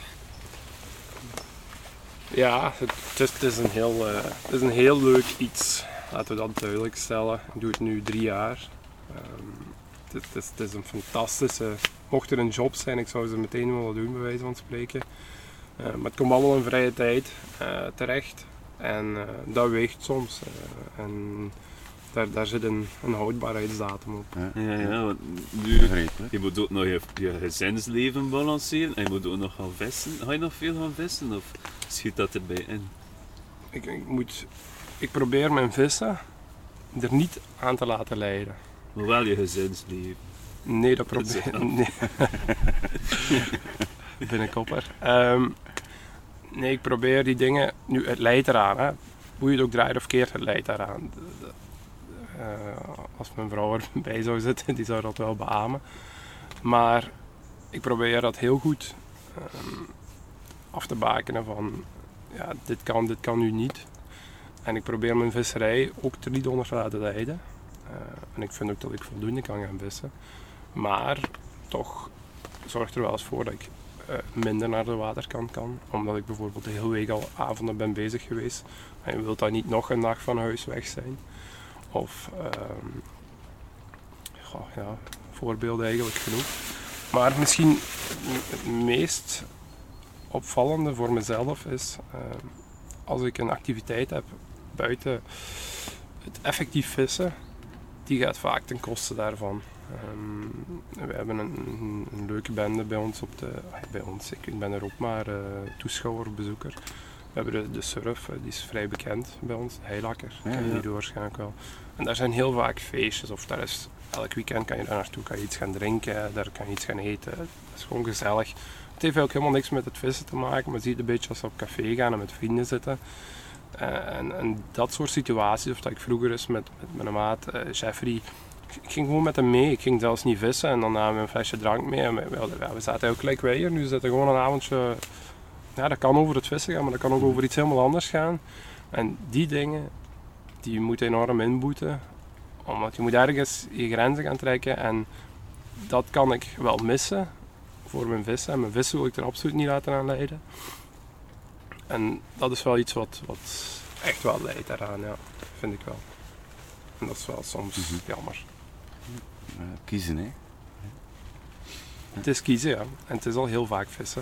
Ja, het, het, is, het, is een heel, uh, het is een heel leuk iets. Laten we dat duidelijk stellen. Ik doe het nu drie jaar. Um, het, het, is, het is een fantastische... Mocht er een job zijn, ik zou ze meteen willen doen, bij wijze van spreken. Uh, maar het komt allemaal in vrije tijd uh, terecht. En uh, dat weegt soms. Uh, en daar, daar zit een, een houdbaarheidsdatum op. Ja, Ja, ja, want nu, begrijpelijk. je moet ook nog je, je gezinsleven balanceren en je moet ook nog gaan vissen. Ga je nog veel gaan vissen of schiet dat erbij in? Ik, ik, moet, ik probeer mijn vissen er niet aan te laten leiden. Maar wel je gezinsleven. Nee, dat probeer ik niet. Binnenkopper. Um, nee, ik probeer die dingen... Nu, het leidt eraan. Hè. Hoe je het ook draait of keert, het leidt eraan. Uh, als mijn vrouw erbij zou zitten, die zou dat wel beamen. Maar ik probeer dat heel goed um, af te bakenen van ja, dit kan, dit kan nu niet. En ik probeer mijn visserij ook er niet onder te laten lijden. Uh, en ik vind ook dat ik voldoende kan gaan vissen. Maar toch zorgt er wel eens voor dat ik uh, minder naar de waterkant kan. Omdat ik bijvoorbeeld de hele week al avonden ben bezig geweest. En je wilt dan niet nog een nacht van huis weg zijn. Of, uh, goh, ja, voorbeelden eigenlijk genoeg. Maar misschien het meest opvallende voor mezelf is, uh, als ik een activiteit heb buiten het effectief vissen, die gaat vaak ten koste daarvan. Um, we hebben een, een, een leuke bende bij ons op de, bij ons, ik ben er ook maar uh, toeschouwer, bezoeker. We hebben de, de surf, die is vrij bekend bij ons, de Heilakker, Ja, ken je ja. die waarschijnlijk wel. En daar zijn heel vaak feestjes, of daar is, elk weekend kan je daar naartoe, kan je iets gaan drinken, daar kan je iets gaan eten. Dat is gewoon gezellig. Het heeft ook helemaal niks met het vissen te maken, maar je ziet een beetje als we op café gaan en met vrienden zitten. Uh, en, en dat soort situaties, of dat ik vroeger eens met, met mijn maat uh, Jeffrey, ik ging gewoon met hem mee. Ik ging zelfs niet vissen en dan namen we een flesje drank mee. En we, ja, we zaten ook gelijk wij hier, nu zitten gewoon een avondje. Ja, dat kan over het vissen gaan, maar dat kan ook over iets helemaal anders gaan. En die dingen, die moeten enorm inboeten, omdat je moet ergens je grenzen gaan trekken en dat kan ik wel missen voor mijn vissen. En mijn vissen wil ik er absoluut niet laten aan leiden. En dat is wel iets wat, wat echt wel leidt daaraan, ja, vind ik wel. En dat is wel soms Mm-hmm. jammer. Uh, kiezen, hè? Het is kiezen, ja. En het is al heel vaak vissen.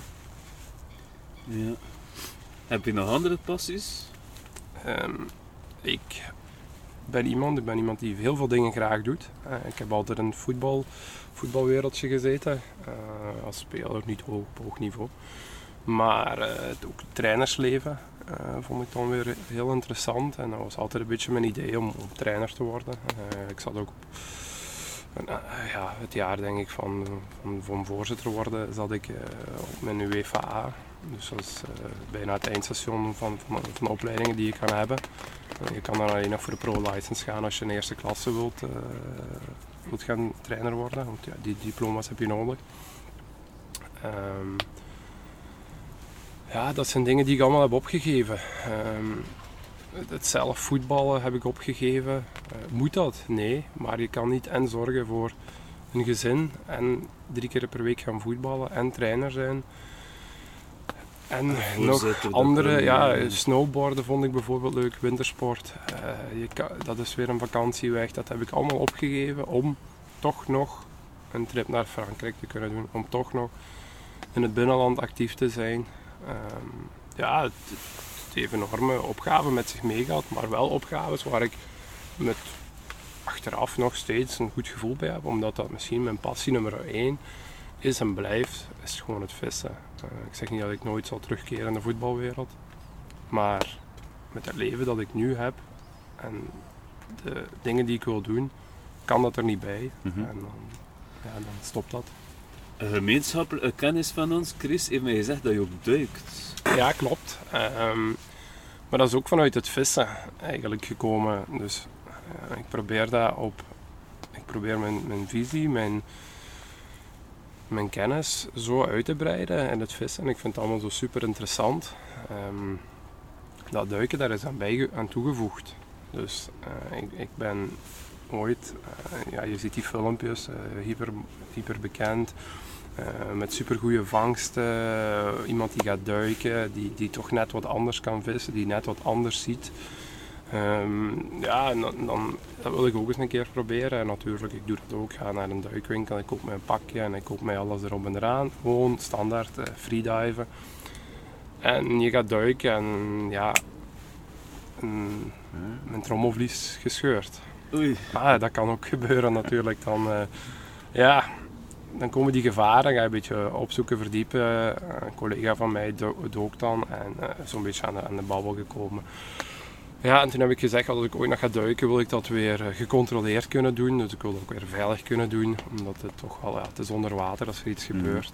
Ja. Heb je nog andere passies? Um, ik ben iemand, ik ben iemand die heel veel dingen graag doet. Uh, ik heb altijd in het voetbal, voetbalwereldje gezeten. Uh, als speler, niet hoog, op hoog niveau. Maar uh, het, ook het trainersleven uh, vond ik dan weer heel interessant. En dat was altijd een beetje mijn idee om, om trainer te worden. Uh, ik zat ook op uh, ja, het jaar denk ik van, van, van voorzitter worden, zat ik uh, op mijn UEFA. Dus dat is uh, bijna het eindstation van, van, van de opleidingen die je kan hebben. Uh, je kan dan alleen nog voor de pro-license gaan als je in eerste klasse wilt, uh, wilt gaan trainer worden. Want ja, die diploma's heb je nodig. Um, Ja, dat zijn dingen die ik allemaal heb opgegeven. Um, het zelf voetballen heb ik opgegeven. Uh, moet dat? Nee. Maar je kan niet en zorgen voor een gezin en drie keer per week gaan voetballen en trainer zijn. En nog andere, ja, snowboarden vond ik bijvoorbeeld leuk, wintersport. Uh, je kan, dat is weer een vakantieweg. Dat heb ik allemaal opgegeven om toch nog een trip naar Frankrijk te kunnen doen. Om toch nog in het binnenland actief te zijn. Um, ja, het, het heeft enorme opgaven met zich meegehad, maar wel opgaves waar ik met achteraf nog steeds een goed gevoel bij heb, omdat dat misschien mijn passie nummer één is en blijft, is gewoon het vissen. Uh, ik zeg niet dat ik nooit zal terugkeren in de voetbalwereld, maar met het leven dat ik nu heb en de dingen die ik wil doen, kan dat er niet bij. Mm-hmm. En dan, ja, dan stopt dat. Een gemeenschappelijke kennis van ons, Chris, heeft mij gezegd dat je ook duikt. Ja, klopt. Um, maar dat is ook vanuit het vissen eigenlijk gekomen. Dus uh, ik probeer dat op... Ik probeer mijn, mijn visie, mijn, mijn kennis zo uit te breiden in het vissen. En ik vind het allemaal zo super interessant. Um, dat duiken, daar is aan, bij, aan toegevoegd. Dus uh, ik, ik ben ooit... Uh, ja, je ziet die filmpjes, uh, hyper, hyper bekend... Uh, met supergoeie vangsten, uh, iemand die gaat duiken, die, die toch net wat anders kan vissen, die net wat anders ziet. Um, ja, en dan, dan, dat wil ik ook eens een keer proberen. En natuurlijk, ik doe dat ook. Ik ga naar een duikwinkel, ik koop mij een pakje en ik koop mij alles erop en eraan. Gewoon standaard uh, freediven. En je gaat duiken en ja, een, mijn trommelvlies gescheurd. Oei. Ah, dat kan ook gebeuren natuurlijk. Dan, uh, ja... Dan komen die gevaren, ga je een beetje opzoeken, verdiepen. Een collega van mij do- dook dan en uh, zo'n beetje aan de, aan de babbel gekomen. Ja, en toen heb ik gezegd dat als ik ooit nog ga duiken, wil ik dat weer uh, gecontroleerd kunnen doen. Dus ik wil dat ook weer veilig kunnen doen, omdat het toch wel, ja, het is onder water als er iets Mm. gebeurt.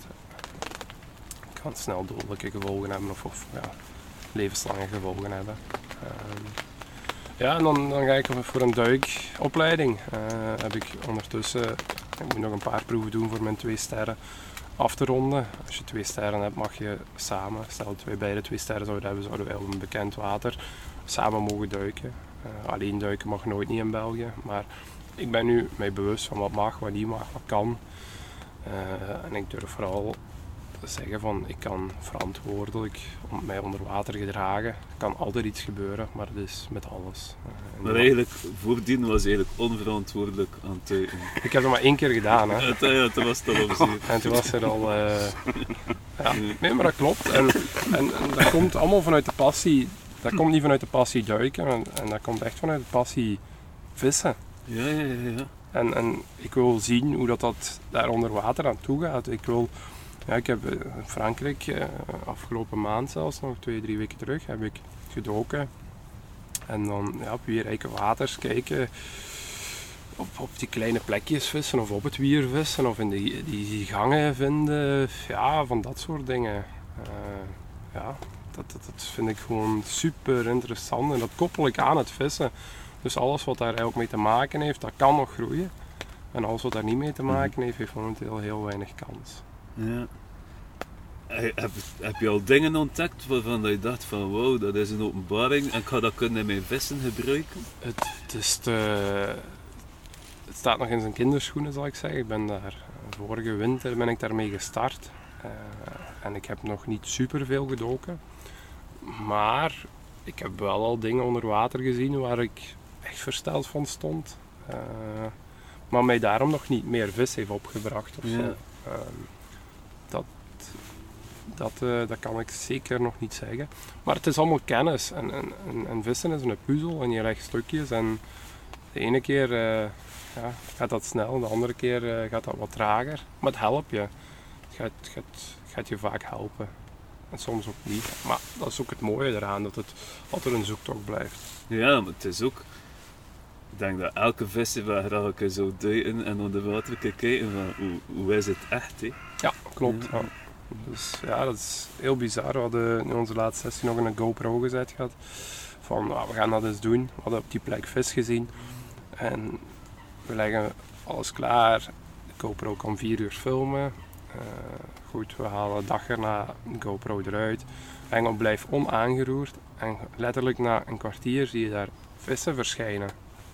Het kan snel dodelijke gevolgen hebben of, of ja, levenslange gevolgen hebben. Um, ja, en dan, dan ga ik voor een duikopleiding. Uh, heb ik ondertussen Ik moet nog een paar proeven doen voor mijn twee sterren af te ronden. Als je twee sterren hebt, mag je samen, stel dat wij beide twee sterren zouden hebben, zouden wij op een bekend water samen mogen duiken. Uh, alleen duiken mag nooit niet in België, maar ik ben nu mij bewust van wat mag, wat niet mag, wat kan. Uh, en ik durf vooral te zeggen van, ik kan verantwoordelijk mij onder water gedragen. Er kan altijd iets gebeuren, maar dat is met alles. Uh, maar eigenlijk, voordien was eigenlijk onverantwoordelijk aan het duiken. Ik heb het maar één keer gedaan, hè. Ja, ja, toen was het al op zeer. En toen was er al... Uh, ja, nee, maar dat klopt. En, en, en dat komt allemaal vanuit de passie. Dat komt niet vanuit de passie duiken, en, en dat komt echt vanuit de passie vissen. Ja, ja, ja. ja. En, en ik wil zien hoe dat, dat daar onder water aan toe gaat. Ik wil... Ja, ik heb in Frankrijk, uh, afgelopen maand zelfs, nog twee, drie weken terug, heb ik gedoken. En dan ja, op weerrijke waters kijken, op, op die kleine plekjes vissen of op het wier vissen of in die, die gangen vinden, ja, van dat soort dingen. Uh, ja, dat, dat, dat vind ik gewoon super interessant en dat koppel ik aan het vissen. Dus alles wat daar ook mee te maken heeft, dat kan nog groeien. En alles wat daar niet mee te maken heeft, heeft momenteel heel weinig kans. Ja. Heb, heb je al dingen ontdekt waarvan je dacht van wow, dat is een openbaring en ik ga dat kunnen in mijn vissen gebruiken? Het, het, is te, het staat nog in zijn kinderschoenen, zal ik zeggen. Ik ben daar, vorige winter ben ik daarmee gestart. Uh, en ik heb nog niet superveel gedoken. Maar ik heb wel al dingen onder water gezien waar ik echt versteld van stond. Uh, maar mij daarom nog niet meer vis heeft opgebracht of ja. zo. Uh, dat, dat, uh, dat kan ik zeker nog niet zeggen. Maar het is allemaal kennis. En, en, en, en vissen is een puzzel en je legt stukjes. En de ene keer uh, ja, gaat dat snel, de andere keer uh, gaat dat wat trager. Maar het helpt je. Het gaat, het gaat, het gaat je vaak helpen. En soms ook niet. Maar dat is ook het mooie eraan, dat het altijd een zoektocht blijft. Ja, maar het is ook... Ik denk dat elke visser wel graag een zou duiken en onder water kan kijken van hoe, hoe is het echt, hè? Ja, klopt. Ja. Dus ja, dat is heel bizar. We hadden in onze laatste sessie nog een GoPro gezet gehad. Van, nou, we gaan dat eens doen. We hadden op die plek vis gezien. En we leggen alles klaar. De GoPro kan vier uur filmen. Uh, goed, we halen de dag erna de GoPro eruit. Engel blijft onaangeroerd. En letterlijk na een kwartier zie je daar vissen verschijnen.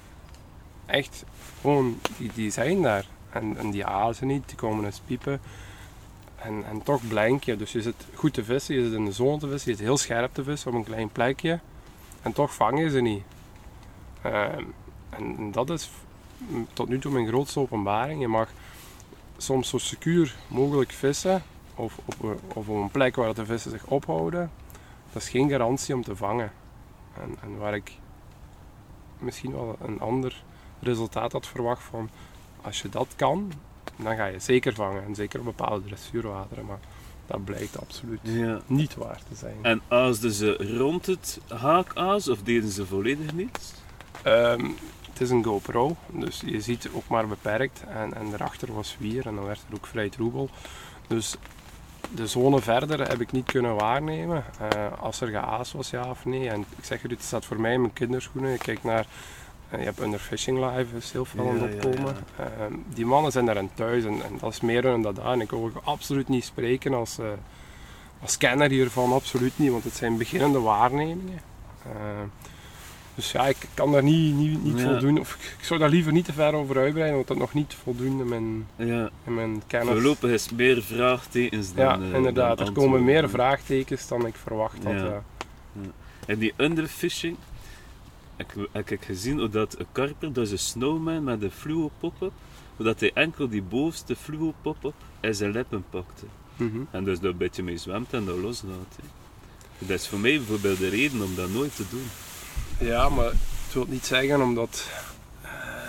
Echt, gewoon, die, die zijn daar. En, en die azen niet, die komen eens piepen. En, en toch blank je. Dus je zit goed te vissen, je zit in de zon te vissen, je zit heel scherp te vissen op een klein plekje. En toch vang je ze niet. Uh, en, en dat is tot nu toe mijn grootste openbaring. Je mag soms zo secuur mogelijk vissen. Of op, of op een plek waar de vissen zich ophouden. Dat is geen garantie om te vangen. En, en waar ik misschien wel een ander resultaat had verwacht van, als je dat kan, dan ga je zeker vangen. En zeker op bepaalde dressuurwateren. Maar dat blijkt absoluut ja. niet waar te zijn. En aasden ze rond het haakaas of deden ze volledig niets? Um, het is een GoPro, dus je ziet ook maar beperkt. En, en daarachter was wier en dan werd er ook vrij troebel. Dus de zone verder heb ik niet kunnen waarnemen. Uh, als er geaas was, ja of nee. En ik zeg je, dit staat voor mij in mijn kinderschoenen. Je kijkt naar, uh, je hebt Underfishing Live, is heel veel aan het opkomen. Ja, ja, ja. Uh, die mannen zijn daar aan thuis en, en dat is meer dan dat aan. Ik wil absoluut niet spreken als, uh, als kenner hiervan, absoluut niet. Want het zijn beginnende waarnemingen. Uh, dus ja, ik kan daar niet, niet, niet ja. voldoen. Of ik, ik zou daar liever niet te ver over uitbreiden, want dat nog niet voldoende in mijn, ja. in mijn kennis. Voorlopig is meer vraagtekens dan Ja, uh, inderdaad. Dan er komen meer vraagtekens dan ik verwacht had. Ja. Ja. Ja. En die underfishing, ik heb ik gezien hoe dat een karper, dat is een snowman met een fluo pop-up, hoe dat hij enkel die bovenste fluo pop-up in zijn lippen pakte. Mm-hmm. En dus daar een beetje mee zwemt en dat loslaat. Hè. Dat is voor mij bijvoorbeeld de reden om dat nooit te doen. Ja, maar het wil niet zeggen omdat uh,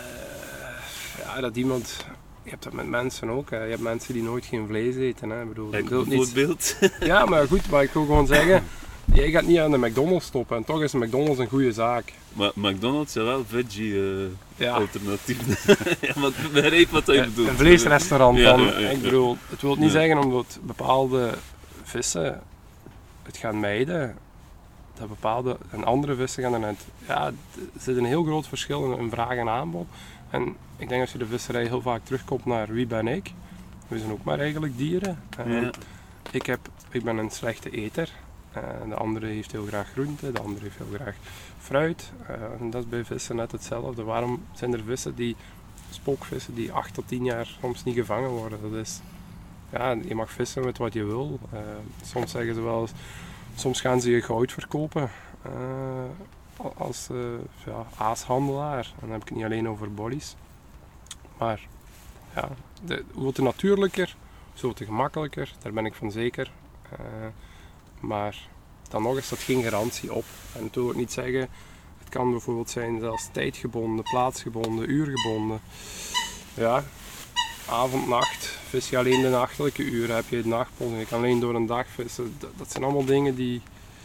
ja, dat iemand... Je hebt dat met mensen ook. Hè. Je hebt mensen die nooit geen vlees eten. Hè. Ik bedoel, ik dat bijvoorbeeld. Niet... Ja, maar goed, maar ik wil gewoon zeggen... Jij gaat niet aan de McDonald's stoppen en toch is McDonald's een goede zaak. Maar McDonald's is wel veggie uh, ja. alternatief. Ja, maar ik begrijp wat je bedoelt. Een vleesrestaurant ja, dan. Ja, ja, ja. Ik bedoel, het wil niet ja. zeggen omdat bepaalde vissen het gaan mijden. Dat bepaalde en andere vissen gaan er net. Ja, er zit een heel groot verschil in vraag en aanbod. En ik denk als je de visserij heel vaak terugkomt naar wie ben ik. We zijn ook maar eigenlijk dieren. Uh, Ja. ik, heb, ik ben een slechte eter. Uh, de andere heeft heel graag groente, de andere heeft heel graag fruit. Uh, en dat is bij vissen net hetzelfde. Waarom zijn er vissen die, spookvissen, die acht tot tien jaar soms niet gevangen worden? Dat is, ja, je mag vissen met wat je wil. Uh, soms zeggen ze wel eens, soms gaan ze je goud verkopen uh, als uh, ja, aashandelaar. En dan heb ik het niet alleen over bollies. Maar ja, de, hoe te natuurlijker, zo te gemakkelijker, daar ben ik van zeker. Uh, maar dan nog is dat geen garantie op. En dat wil ik niet zeggen, het kan bijvoorbeeld zijn zelfs tijdgebonden, plaatsgebonden, uurgebonden. Ja, avond, nacht, vis je alleen de nachtelijke uren, heb je het nachtpot en je kan alleen door een dag vissen. Dat, dat zijn allemaal dingen die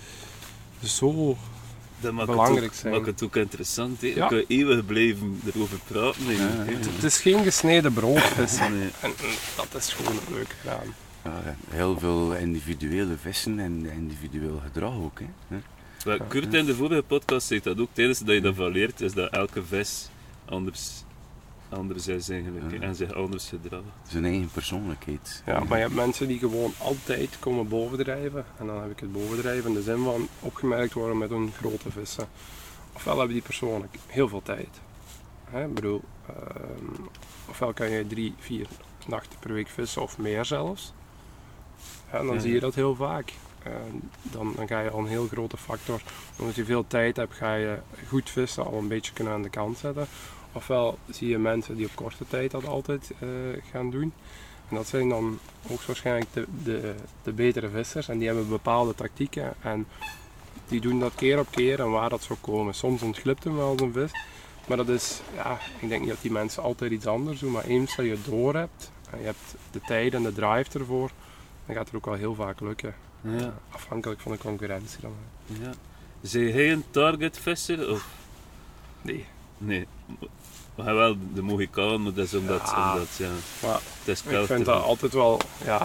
zo Dat maakt belangrijk het ook, zijn. maakt het ook interessant. Hè? Ja. Ik kan eeuwig blijven erover praten. Denk ik, Ja, hè. ja. Het is geen gesneden brood vissen. Nee. En, en dat is gewoon het leuke gedaan. Ja, heel veel individuele vissen en individueel gedrag ook. Hè. Hè? Maar Kurt in de vorige podcast zei dat ook, tijdens dat je dat van leert, is dat elke vis anders, anders is eigenlijk, Ja. en zich anders gedraagt. Zijn eigen persoonlijkheid. Ja, maar je hebt mensen die gewoon altijd komen bovendrijven. En dan heb ik het bovendrijven in de zin van opgemerkt worden met hun grote vissen. Ofwel hebben die persoonlijk heel veel tijd. Hè, ik bedoel, um, ofwel kan je drie, vier nachten per week vissen of meer zelfs. Ja, en dan Ja. zie je dat heel vaak. Uh, dan, dan ga je al een heel grote factor. Omdat je veel tijd hebt, ga je goed vissen al een beetje kunnen aan de kant zetten. Ofwel zie je mensen die op korte tijd dat altijd uh, gaan doen. En dat zijn dan ook waarschijnlijk de, de, de betere vissers. En die hebben bepaalde tactieken. En die doen dat keer op keer en waar dat zou komen. Soms ontglipt hem wel eens een vis. Maar dat is, ja, ik denk niet dat die mensen altijd iets anders doen. Maar eens dat je het door hebt, en je hebt de tijd en de drive ervoor, dan gaat het ook wel heel vaak lukken. Ja. Afhankelijk van de concurrentie dan. Ja. Zijn jij een targetvisser? Of? Nee. Nee. We hebben wel de Mohikaan, maar dat is omdat, Ja. omdat ja, Maar het is ik koud vind te dat veel. altijd wel, ja.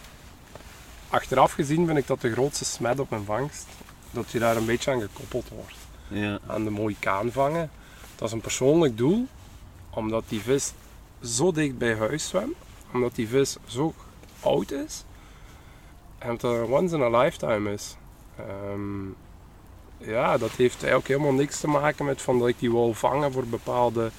Achteraf gezien vind ik dat de grootste smet op mijn vangst. Dat je daar een beetje aan gekoppeld wordt. Ja. Aan de Mohikaan vangen. Dat is een persoonlijk doel. Omdat die vis zo dicht bij huis zwemt. Omdat die vis zo oud is. En dat het een once in a lifetime is. Um, ja, dat heeft eigenlijk helemaal niks te maken met van dat ik die wil vangen voor bepaalde,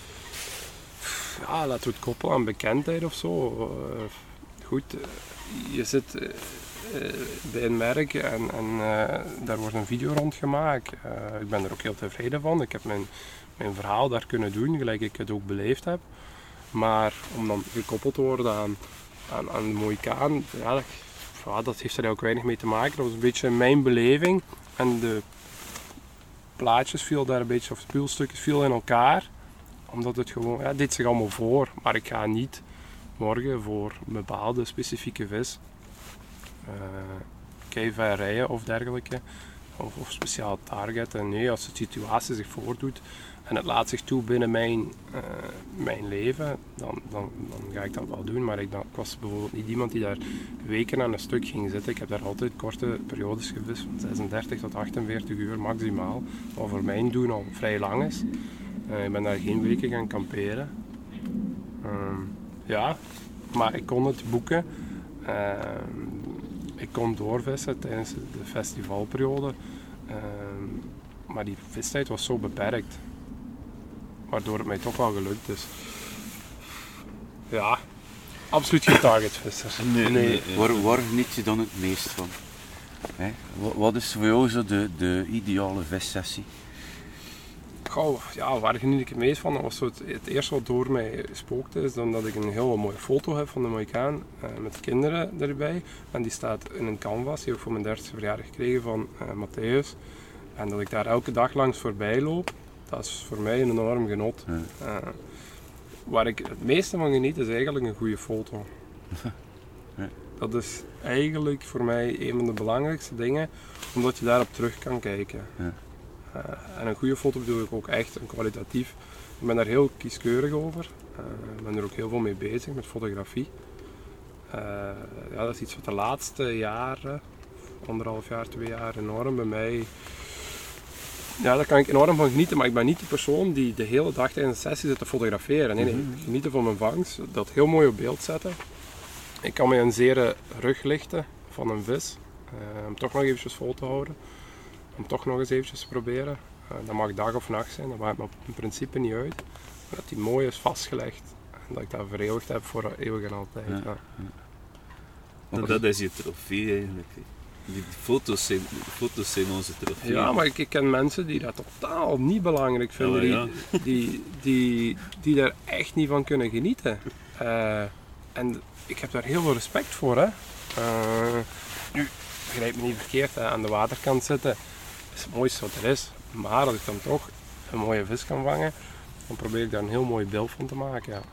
ja, laten we het koppelen aan bekendheid of zo. Uh, goed, uh, je zit uh, uh, bij een merk en, en uh, daar wordt een video rond gemaakt. Uh, ik ben er ook heel tevreden van. Ik heb mijn, mijn verhaal daar kunnen doen, gelijk ik het ook beleefd heb. Maar om dan gekoppeld te worden aan, aan, aan de Mohikaan, ja, dat, ja, dat heeft er ook weinig mee te maken. Dat was een beetje mijn beleving. En de plaatjes viel daar een beetje, of speelstukjes viel in elkaar. Omdat het gewoon, ja, dit zich allemaal voor. Maar ik ga niet morgen voor een bepaalde specifieke vis uh, kei rijden of dergelijke. Of, of speciaal targeten. Nee, als de situatie zich voordoet en het laat zich toe binnen mijn, uh, mijn leven, dan, dan, dan ga ik dat wel doen. Maar ik, dan, ik was bijvoorbeeld niet iemand die daar weken aan een stuk ging zitten. Ik heb daar altijd korte periodes gevist, van zesendertig tot achtenveertig uur maximaal. Wat voor mijn doen al vrij lang is. Uh, ik ben daar geen weken gaan kamperen. Uh, ja, maar ik kon het boeken. Uh, ik kon doorvissen tijdens de festivalperiode. Uh, maar die vistijd was zo beperkt. Waardoor het mij toch wel gelukt is. Ja, absoluut geen targetvisser. Nee, nee, nee. Waar, waar geniet je dan het meest van? Hè? Wat, wat is voor jou zo de, de ideale vissessie? Goh, ja, waar geniet ik het meest van? Dat was zo het, het eerste wat door mij spookte, is dan dat ik een heel mooie foto heb van de Mohikaan uh, met kinderen erbij. En die staat in een canvas, die heb ik voor mijn dertigste verjaardag gekregen van uh, Matthäus. En dat ik daar elke dag langs voorbij loop, dat is voor mij een enorm genot. Ja. Uh, waar ik het meeste van geniet, is eigenlijk een goede foto. Ja. Dat is eigenlijk voor mij een van de belangrijkste dingen, omdat je daarop terug kan kijken. Ja. Uh, en een goede foto bedoel ik ook echt een kwalitatief. Ik ben daar heel kieskeurig over. Uh, ik ben er ook heel veel mee bezig, met fotografie. Uh, ja, dat is iets wat de laatste jaren, anderhalf jaar, twee jaar, enorm bij mij Ja, daar kan ik enorm van genieten, maar ik ben niet de persoon die de hele dag tijdens de sessie zit te fotograferen. Nee, nee, Mhm. genieten van mijn vangst, dat heel mooi op beeld zetten. Ik kan met een zere rug lichten van een vis, uh, om toch nog eventjes vol te houden, om toch nog eens eventjes te proberen. Uh, dat mag dag of nacht zijn, dat maakt me in principe niet uit. Maar dat die mooi is vastgelegd en dat ik dat vereeuwigd heb voor eeuwig en altijd. Ja. Ja. En dat is je trofee eigenlijk. hè. Die foto's zijn, die foto's zijn onze trofee. Ja, maar ik, ik ken mensen die dat totaal niet belangrijk vinden, Ja, maar die, die, die, die daar echt niet van kunnen genieten. Uh, en ik heb daar heel veel respect voor. Hè. Uh, nu, begrijp me niet verkeerd, hè. Aan de waterkant zitten is het mooiste wat er is. Maar als ik dan toch een mooie vis kan vangen, dan probeer ik daar een heel mooi beeld van te maken. Ja.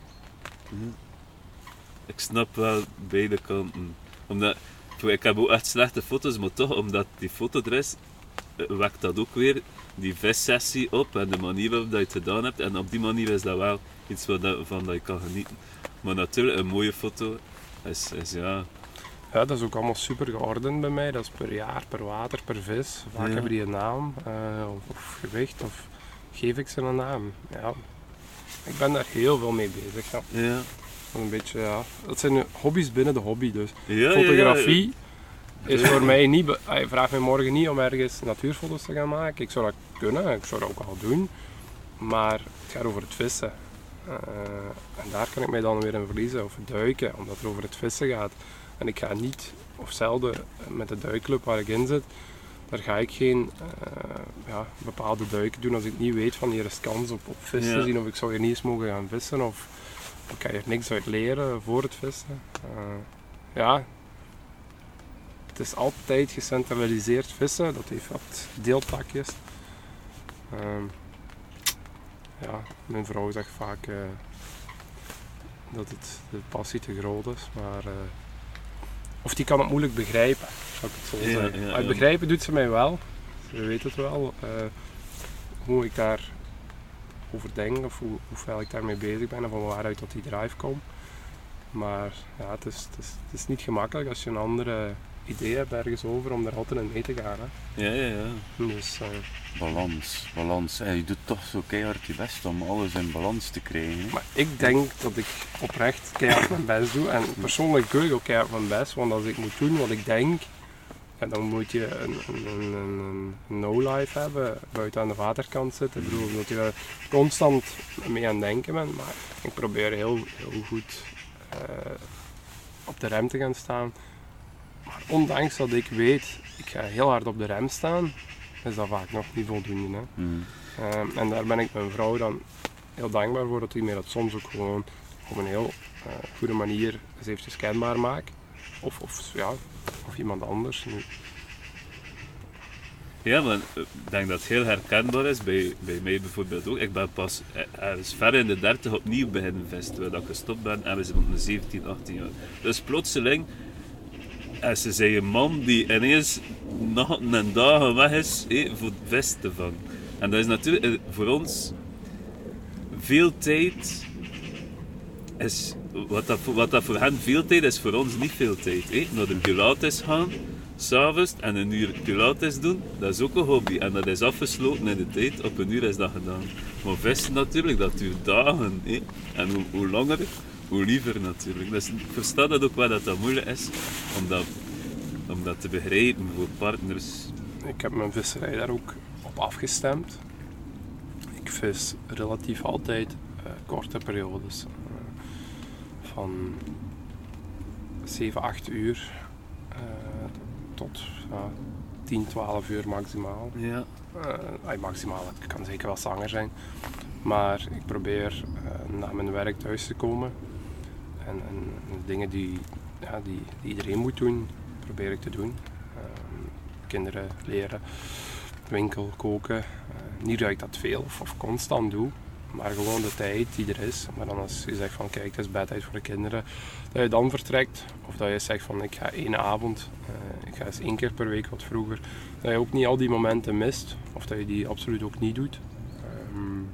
Ik snap wel beide kanten. Omdat, ik heb ook echt slechte foto's, maar toch, omdat die foto er is, wekt dat ook weer die vissessie op en de manier waarop dat je het gedaan hebt. En op die manier is dat wel iets waarvan dat je kan genieten. Maar natuurlijk, een mooie foto is, is ja... Ja, dat is ook allemaal super geordend bij mij. Dat is per jaar, per water, per vis. Vaak Ja. hebben die een naam, uh, of, of gewicht, of geef ik ze een naam. Ja. Ik ben daar heel veel mee bezig. Ja. Ja. Een beetje, ja. Dat zijn hobby's binnen de hobby. Dus Ja, fotografie ja, ja. is voor mij niet... Be- je vraagt mij morgen niet om ergens natuurfoto's te gaan maken. Ik zou dat kunnen, ik zou dat ook al doen. Maar het gaat over het vissen. Uh, en daar kan ik mij dan weer in verliezen. Of duiken, omdat het over het vissen gaat. En ik ga niet, of zelden, met de duikclub waar ik in zit, daar ga ik geen uh, ja, bepaalde duiken doen als ik niet weet van hier is kans op, op vis te Ja. zien, of ik zou hier niet eens mogen gaan vissen, of ik kan hier niks uit leren voor het vissen. Uh, ja, het is altijd gecentraliseerd vissen, dat heeft wat deeltakjes. Uh, ja, mijn vrouw zegt vaak uh, dat het, de passie te groot is, maar uh, of die kan het moeilijk begrijpen, zou ik het zo Ja, zeggen. ja, Uit ja. begrijpen doet ze mij wel, ze weet het wel, uh, hoe ik daar over denk of hoe, hoeveel ik daarmee bezig ben en van waaruit dat die drive komt. Maar ja, het is, het, is, het is niet gemakkelijk als je een andere idee hebt ergens over om daar altijd in mee te gaan. Hè. Ja, ja, ja. Dus, uh, Balans, balans. En je doet toch zo keihard je best om alles in balans te krijgen. Hè? maar ik denk dat ik oprecht keihard mijn best doe en persoonlijk doe ik ook keihard mijn best, want als ik moet doen wat ik denk, ja, dan moet je een, een, een, een, een no-life hebben, buiten aan de waterkant zitten. Ik bedoel, dat je er constant mee aan het denken bent, maar ik probeer heel, heel goed uh, op de rem te gaan staan. Maar ondanks dat ik weet, ik ga heel hard op de rem staan, is dat vaak nog niet voldoende. Hè. Mm. Uh, en daar ben ik mijn vrouw dan heel dankbaar voor, dat hij mij dat soms ook gewoon op een heel uh, goede manier eens eventjes kenbaar maakt. Of, of, ja, of iemand anders. Nu. Ja, maar ik denk dat het heel herkenbaar is, bij, bij mij bijvoorbeeld ook. Ik ben pas ergens ver in de dertig opnieuw beginnen vissen, terwijl ik gestopt ben, en we zijn rond de zeventien, achttien jaar. Dus plotseling, en ze zijn een man die ineens nachten en dagen weg is hé, voor vis te vangen. En dat is natuurlijk voor ons veel tijd, is, wat, dat, wat dat voor hen veel tijd is, voor ons niet veel tijd. Hé. Naar de Pilates gaan, s'avonds en een uur Pilates doen, dat is ook een hobby. En dat is afgesloten in de tijd, op een uur is dat gedaan. Maar vissen natuurlijk, dat duurt dagen. Hé. En hoe, hoe langer, hoe liever natuurlijk. Dus ik versta dat ook wel dat dat moeilijk is, om dat, om dat te begrijpen voor partners. Ik heb mijn visserij daar ook op afgestemd. Ik vis relatief altijd uh, korte periodes. Uh, van zeven, acht uur uh, tot uh, tien, twaalf uur maximaal. Ja. Uh, maximaal, het kan zeker wel zanger zijn. Maar ik probeer uh, na mijn werk thuis te komen. En, en, en dingen die, ja, die, die iedereen moet doen, probeer ik te doen. Uh, kinderen leren, winkel, koken. Uh, niet dat ik dat veel of, of constant doe, maar gewoon de tijd die er is. Maar dan als je zegt van kijk, het is bedtijd voor de kinderen, dat je dan vertrekt. Of dat je zegt van ik ga één avond, uh, ik ga eens één keer per week wat vroeger. Dat je ook niet al die momenten mist, of dat je die absoluut ook niet doet. Um,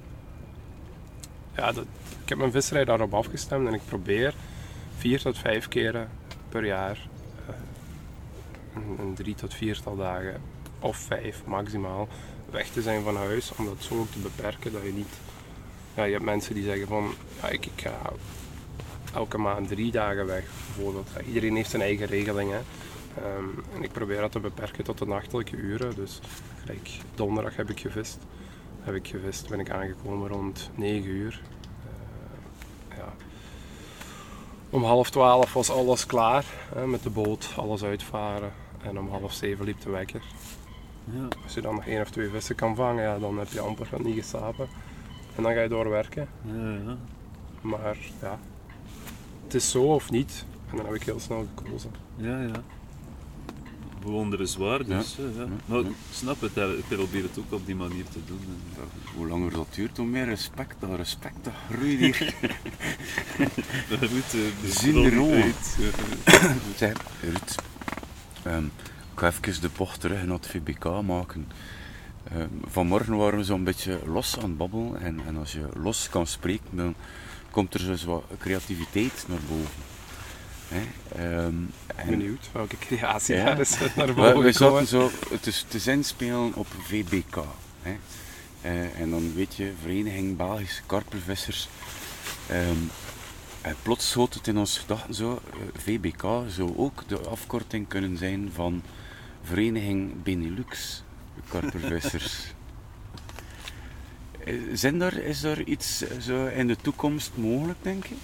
ja, dat, ik heb mijn visserij daarop afgestemd en ik probeer vier tot vijf keren per jaar uh, een, een drie tot viertal dagen of vijf maximaal weg te zijn van huis, om dat zo ook te beperken dat je niet... Ja, je hebt mensen die zeggen van, ja, ik, ik ga elke maand drie dagen weg bijvoorbeeld. Ja, iedereen heeft zijn eigen regeling, hè. Um, en ik probeer dat te beperken tot de nachtelijke uren, dus gelijk donderdag heb ik gevist. Heb ik gevist, ben ik aangekomen rond negen uur. Uh, ja. Om half twaalf was alles klaar, hè, met de boot, alles uitvaren. En om half zeven liep de wekker. Ja. Als je dan nog één of twee vissen kan vangen, ja, dan heb je amper niet geslapen. En dan ga je doorwerken. Ja, ja. Maar ja, het is zo of niet. En dan heb ik heel snel gekozen. Ja, ja. Bewonderenswaardig. Ja. Ja. Ja. Ja. Maar ik snap het, hè. Ik probeer het ook op die manier te doen. Ja, hoe langer dat duurt, hoe meer respect. Dat respect dat groeit hier. Ruud, de Zin er ook. uit. Zeg, Ruud, um, ik ga even de bocht terug naar het V B K maken. Um, vanmorgen waren we zo'n beetje los aan het babbelen. En, en als je los kan spreken, dan komt er zo wat creativiteit naar boven. Hè? Um, en Benieuwd welke creatie Ja. daar is naar we, boven we gekomen. zaten zo te, te zinspelen op V B K. Hè? Uh, en dan weet je, Vereniging Belgische Karpervissers. Um, en plots schoot het in onze gedachten zo, uh, V B K zou ook de afkorting kunnen zijn van Vereniging Benelux Karpervissers. Uh, zijn daar, is daar iets uh, zo in de toekomst mogelijk, denk je?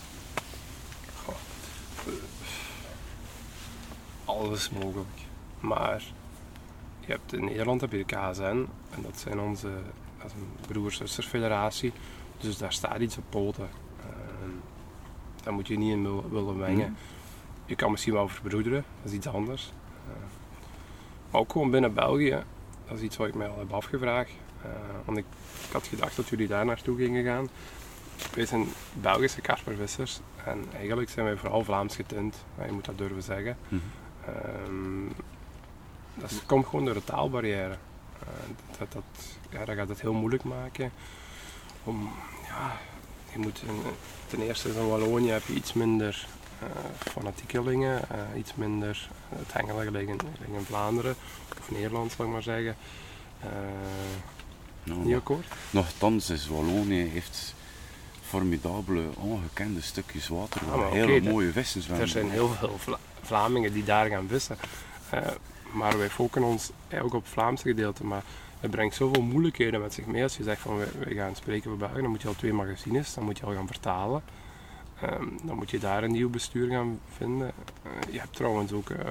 Alles is mogelijk. Maar je hebt in Nederland heb je de K S N en dat zijn onze dat is een broer-zusterfederatie. Dus daar staat iets op poten. Uh, daar moet je niet in wil- willen mengen. Mm. Je kan misschien wel verbroederen, dat is iets anders. Uh, maar ook gewoon binnen België, dat is iets wat ik mij al heb afgevraagd. Uh, want ik, ik had gedacht dat jullie daar naartoe gingen gaan. Wij zijn Belgische karpervissers en eigenlijk zijn wij vooral Vlaams getint. Uh, je moet dat durven zeggen. Mm. Um, dat is- komt gewoon door de taalbarrière. Uh, dat, dat, ja, dat gaat het heel moeilijk maken. Om, ja, je moet in, ten eerste in Wallonië heb je iets minder uh, fanatiekelingen, uh, iets minder uh, het hengelen gelijk in, gelijk in Vlaanderen of Nederland zal ik maar zeggen. Uh, Nou, niet akkoord? Nochtans is Wallonië heeft formidabele, ongekende stukjes water waar Ah, maar hele oké, mooie vissen zwemmen. Er zijn heel veel Vla- Vlamingen die daar gaan vissen. Uh, maar wij focussen ons eigenlijk op het Vlaamse gedeelte. Maar het brengt zoveel moeilijkheden met zich mee. Als je zegt van we, we gaan spreken voor België, dan moet je al twee magazines, dan moet je al gaan vertalen. Um, dan moet je daar een nieuw bestuur gaan vinden. Uh, je hebt trouwens ook... Uh,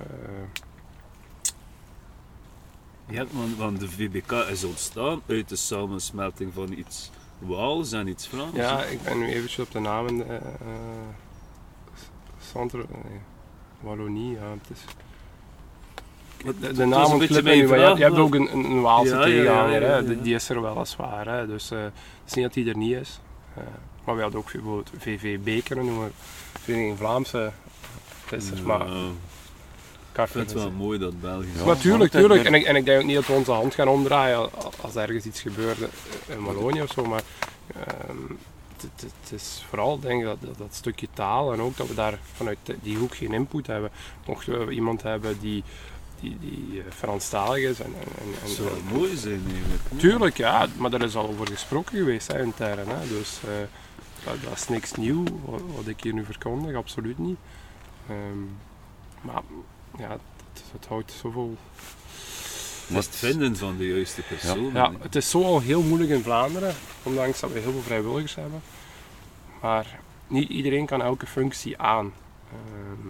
Ja, want, want de V B K is ontstaan uit de samensmelting van iets Waals en iets Vlaams. ja, ik ben nu eventjes op de namen. Uh, uh, Centre... Nee, Wallonie, ja, het is... Maar De, het de was naam een beetje ontglipt me mijn nu, maar je, hebt- je vraag, hebt ook maar- een, een Waalse Ja, ja, ja, tegenhanger, ja, hè. ja. Die, die is er weliswaar. Hè. Dus uh, het is niet dat die er niet is. Uh, maar we hadden ook bijvoorbeeld V V B kunnen noemen, Vereniging Vlaamse Vissers, Ja, maar ik vind karpervissers. het wel mooi dat België... Ja. Maar tuurlijk, want het- tuurlijk. En ik, en ik denk ook niet dat we onze hand gaan omdraaien als er ergens iets gebeurde in Wallonië of zo, maar ehm, het, het, het is vooral denk ik dat, dat, dat stukje taal en ook dat we daar vanuit die hoek geen input hebben. Mochten we iemand hebben die, die, die uh, Franstalig is en, en, en, Het en, zou wel mooi zijn eigenlijk. hè. tuurlijk, ja, maar daar is al over gesproken geweest hè, intern. Hè, dus uh, dat, dat is niks nieuw wat, wat ik hier nu verkondig, absoluut niet. Ehm, maar ja, het, het houdt zoveel. Het is het vinden van de juiste persoon. Ja, hè. het is zo al heel moeilijk in Vlaanderen, ondanks dat we heel veel vrijwilligers hebben. Maar niet iedereen kan elke functie aan. Ehm,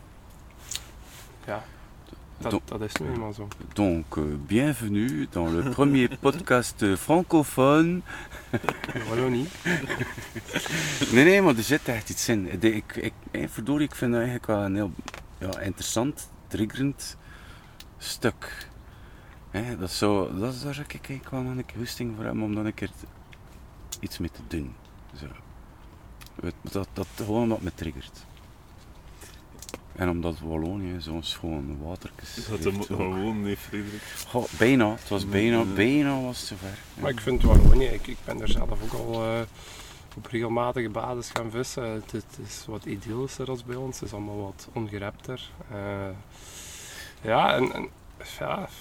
ja, dat, Donc- dat is nu eenmaal zo. Donc, euh, bienvenue dans le premier podcast euh, francophone. Wallonie. Nee, nee, maar er zit echt iets in. De, ik, ik, eh, verdorie, ik vind het eigenlijk wel een heel ja, interessant, triggerend stuk. Hè, dat is zo, dat is, daar zou ik eigenlijk wel een keer hoesting voor hebben om dan een keer te- iets mee te doen. Zo. Het- Dat, dat, gewoon omdat het me triggert. En omdat Wallonië zo'n schoon watertjes Dat hem heeft. Zo. gewoon niet, Frederik. Goh, bijna, het was bijna, Nee. bijna was het zover. Maar ik vind Wallonië, ik, ik ben er zelf ook al uh, op regelmatige basis gaan vissen. Het, het is wat idyllischer dan bij ons, het is allemaal wat ongerepter. Uh, ja, en, en ja,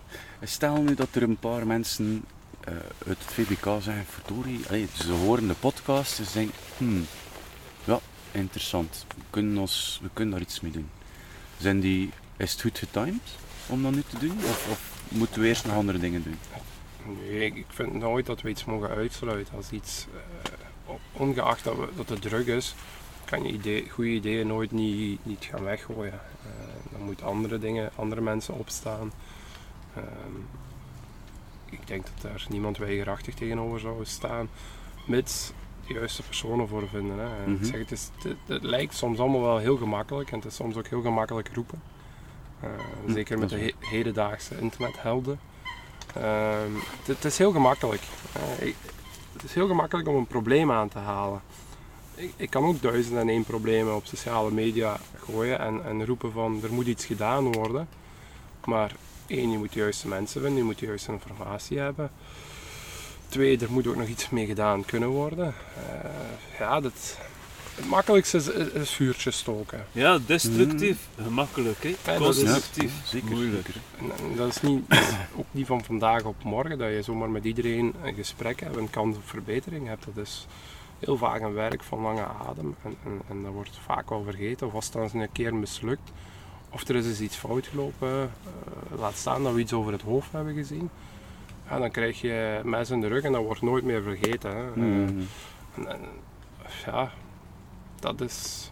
Stel nu dat er een paar mensen uh, uit het V B K zeggen, verdorie, allee, ze horen de podcast en ze denken, hmm, ja, interessant, we kunnen, ons, we kunnen daar iets mee doen. Zijn die, is het goed getimed om dat nu te doen, of, of moeten we eerst nog andere dingen doen? Nee, ik vind nooit dat we iets mogen uitsluiten. Als iets, uh, ongeacht dat, we, dat het druk is, kan je idee, goede ideeën nooit niet, niet gaan weggooien. Uh, dan moeten andere dingen, andere mensen opstaan. Uh, ik denk dat daar niemand weigerachtig tegenover zou staan, mits de juiste personen voor vinden. Hè. Mm-hmm. Ik zeg, het, is, het, het lijkt soms allemaal wel heel gemakkelijk en het is soms ook heel gemakkelijk roepen. Uh, mm, zeker met de he- hedendaagse internethelden. Uh, het, het is heel gemakkelijk. Uh, ik, het is heel gemakkelijk om een probleem aan te halen. Ik, ik kan ook duizend en één problemen op sociale media gooien en, en roepen van er moet iets gedaan worden. Maar één, je moet de juiste mensen vinden, je moet de juiste informatie hebben. Twee, er moet ook nog iets mee gedaan kunnen worden. Uh, ja, dat, het makkelijkste is, is, is vuurtjes stoken. Ja, destructief, mm. gemakkelijk, hè? Ja, constructief, ja, zeker, moeilijk. Zeker. En, en dat is, niet, dat is ook niet van vandaag op morgen, dat je zomaar met iedereen een gesprek hebt, een kans op verbetering hebt. Dat is heel vaak een werk van lange adem en, en, en dat wordt vaak wel vergeten. Of als het dan eens een keer mislukt, of er is eens iets fout gelopen, uh, laat staan dat we iets over het hoofd hebben gezien. Ja, dan krijg je mes in de rug en dat wordt nooit meer vergeten. Hè. Mm. Uh, en, en, ja, dat is...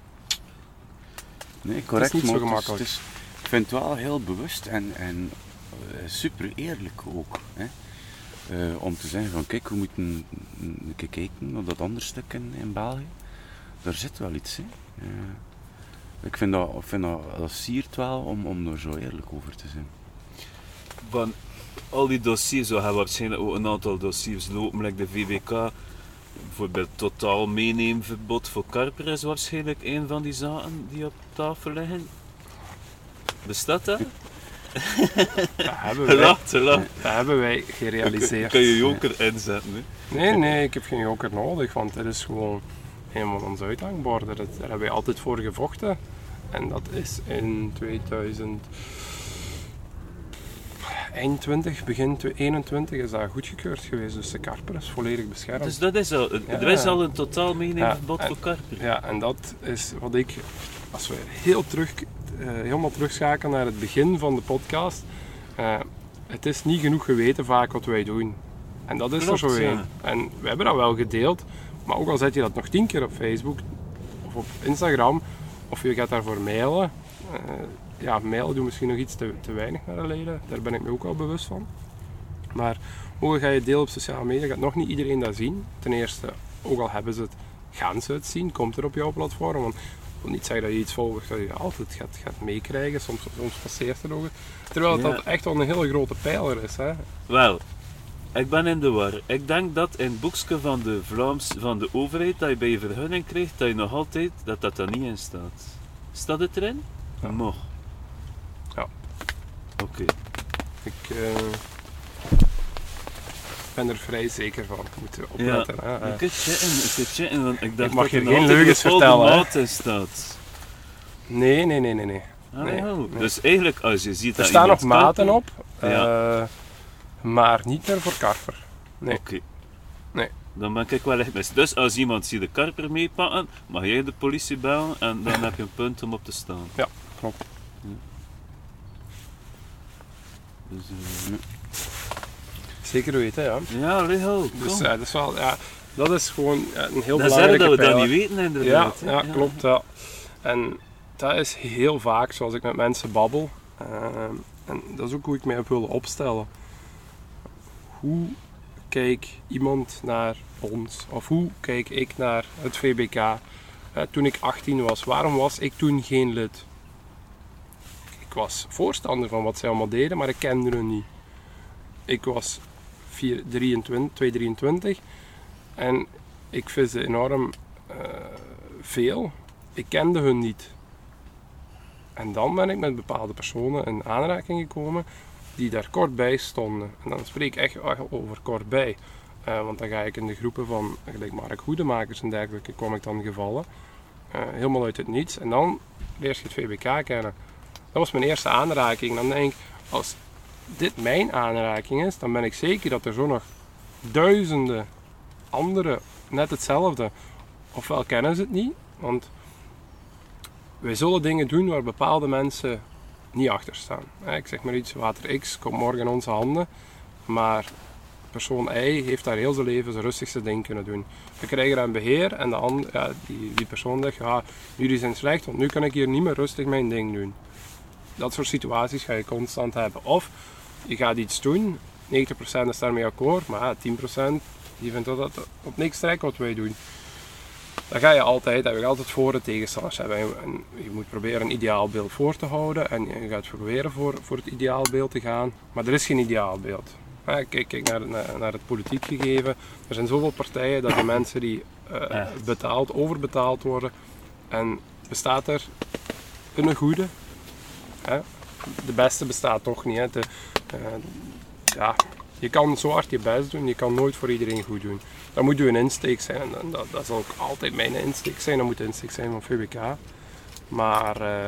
Nee, correct, het is niet maar zo gemakkelijk. Het is, het is, ik vind het wel heel bewust en, en uh, super eerlijk ook. Hè. Uh, om te zeggen van kijk, we moeten een keer kijken naar dat andere stuk in, in België. Daar zit wel iets in. Uh, ik vind dat, ik vind dat, dat siert wel om, om er zo eerlijk over te zijn. Van al die dossiers, zo hebben waarschijnlijk ook een aantal dossiers lopen, like de V B K. Bijvoorbeeld totaal meeneemverbod voor karper is waarschijnlijk een van die zaken die op tafel liggen. Bestaat dat? Dat hebben wij, Gelacht, gelacht. dat hebben wij gerealiseerd. Kan je joker inzetten, hè? Nee, nee, ik heb geen joker nodig, want dit is gewoon een van onze uithangborden. Dat, daar hebben wij altijd voor gevochten. En dat is in tweeduizend eenentwintig, begin eenentwintig is dat goedgekeurd geweest. Dus de karper is volledig beschermd. Dus dat is al, Ja. er is al een totaal meeneemverbod Ja, en- voor karper. Ja, en dat is wat ik, als we heel terug, uh, helemaal terugschakelen naar het begin van de podcast, uh, het is niet genoeg geweten vaak wat wij doen. En dat is Klopt, er zo ja. een. En we hebben dat wel gedeeld, maar ook al zet je dat nog tien keer op Facebook of op Instagram, of je gaat daarvoor mailen, uh, ja, mailen doen misschien nog iets te, te weinig naar de leden, daar ben ik me ook wel bewust van. Maar ook al ga je delen op sociale media, gaat nog niet iedereen dat zien. Ten eerste, ook al hebben ze het, gaan ze het zien, komt er op jouw platform. Want ik wil niet zeggen dat je iets volgt dat je altijd gaat, gaat meekrijgen, soms, soms passeert het ook. Terwijl Ja. dat echt wel een hele grote pijler is. Hè. Wel, ik ben in de war. Ik denk dat in het boekje van de Vlaams, van de overheid, dat je bij je vergunning krijgt, dat je nog altijd, dat dat er niet in staat. Staat het erin? Ja. Mocht. Ja. Oké. Ik uh, ben er vrij zeker van. Ik moet opletten. Ja, Hè. ik kan checken, ik kan checken, want ik dacht mag dat hier er geen nog altijd leugens een bepaalde vertellen, hè. maat in staat. Nee, nee, nee, nee. nee. Ah, Nee, ja. nee. Dus eigenlijk, als je ziet Er dat staan nog iemand maten karper- op, Ja. uh, maar niet meer voor karper. Nee. Oké. Nee. Dan ben ik wel echt mis. Dus als iemand ziet de karper meepakken, mag jij de politie bellen en dan heb je een punt om op te staan. Ja, klopt. Dus, eh, Zeker weten, ja. ja, Leo, Dus kom. ja, dat is wel, ja, dat is gewoon ja, een heel dat is erg belangrijke dat we dat pijler. niet weten Ja, inderdaad. hè. ja, klopt. Ja. En dat is heel vaak zoals ik met mensen babbel. Uh, en dat is ook hoe ik mij heb willen opstellen. Hoe kijkt iemand naar ons? Of hoe kijk ik naar het V B K? Uh, toen ik achttien was, waarom was ik toen geen lid? Ik was voorstander van wat zij allemaal deden, maar ik kende hun niet. Ik was vier, drieëntwintig, twee drieëntwintig en ik viste enorm uh, veel. Ik kende hun niet. En dan ben ik met bepaalde personen in aanraking gekomen die daar kort bij stonden. En dan spreek ik echt over kort bij. Uh, want dan ga ik in de groepen van gelijk Mark Goedemakers en dergelijke kwam ik dan gevallen. Uh, helemaal uit het niets. En dan leer je het V B K kennen. Dat was mijn eerste aanraking. Dan denk ik, als dit mijn aanraking is, dan ben ik zeker dat er zo nog duizenden anderen net hetzelfde. Ofwel kennen ze het niet, want wij zullen dingen doen waar bepaalde mensen niet achter staan. Ik zeg maar iets, water X komt morgen in onze handen, maar persoon Y heeft daar heel zijn leven zijn rustigste ding kunnen doen. We krijgen dan beheer en de and, ja, die, die persoon zegt, ja, jullie zijn slecht, want nu kan ik hier niet meer rustig mijn ding doen. Dat soort situaties ga je constant hebben. Of je gaat iets doen, negentig procent is daarmee akkoord, maar ja, tien procent die vindt dat het op niks trekt wat wij doen. Dan ga je altijd, heb je altijd voor- en tegenstanders hebben. En je moet proberen een ideaalbeeld voor te houden en je gaat proberen voor, voor het ideaalbeeld te gaan. Maar er is geen ideaalbeeld. Kijk, kijk naar, naar, naar het politiek gegeven. Er zijn zoveel partijen dat de mensen die uh, betaald, overbetaald worden. En bestaat er een goede? Hè? De beste bestaat toch niet. Hè? De, uh, ja, je kan zo hard je best doen, je kan nooit voor iedereen goed doen. Dat moet je een insteek zijn en dat, dat zal ook altijd mijn insteek zijn. Dat moet de insteek zijn van V B K. Maar uh,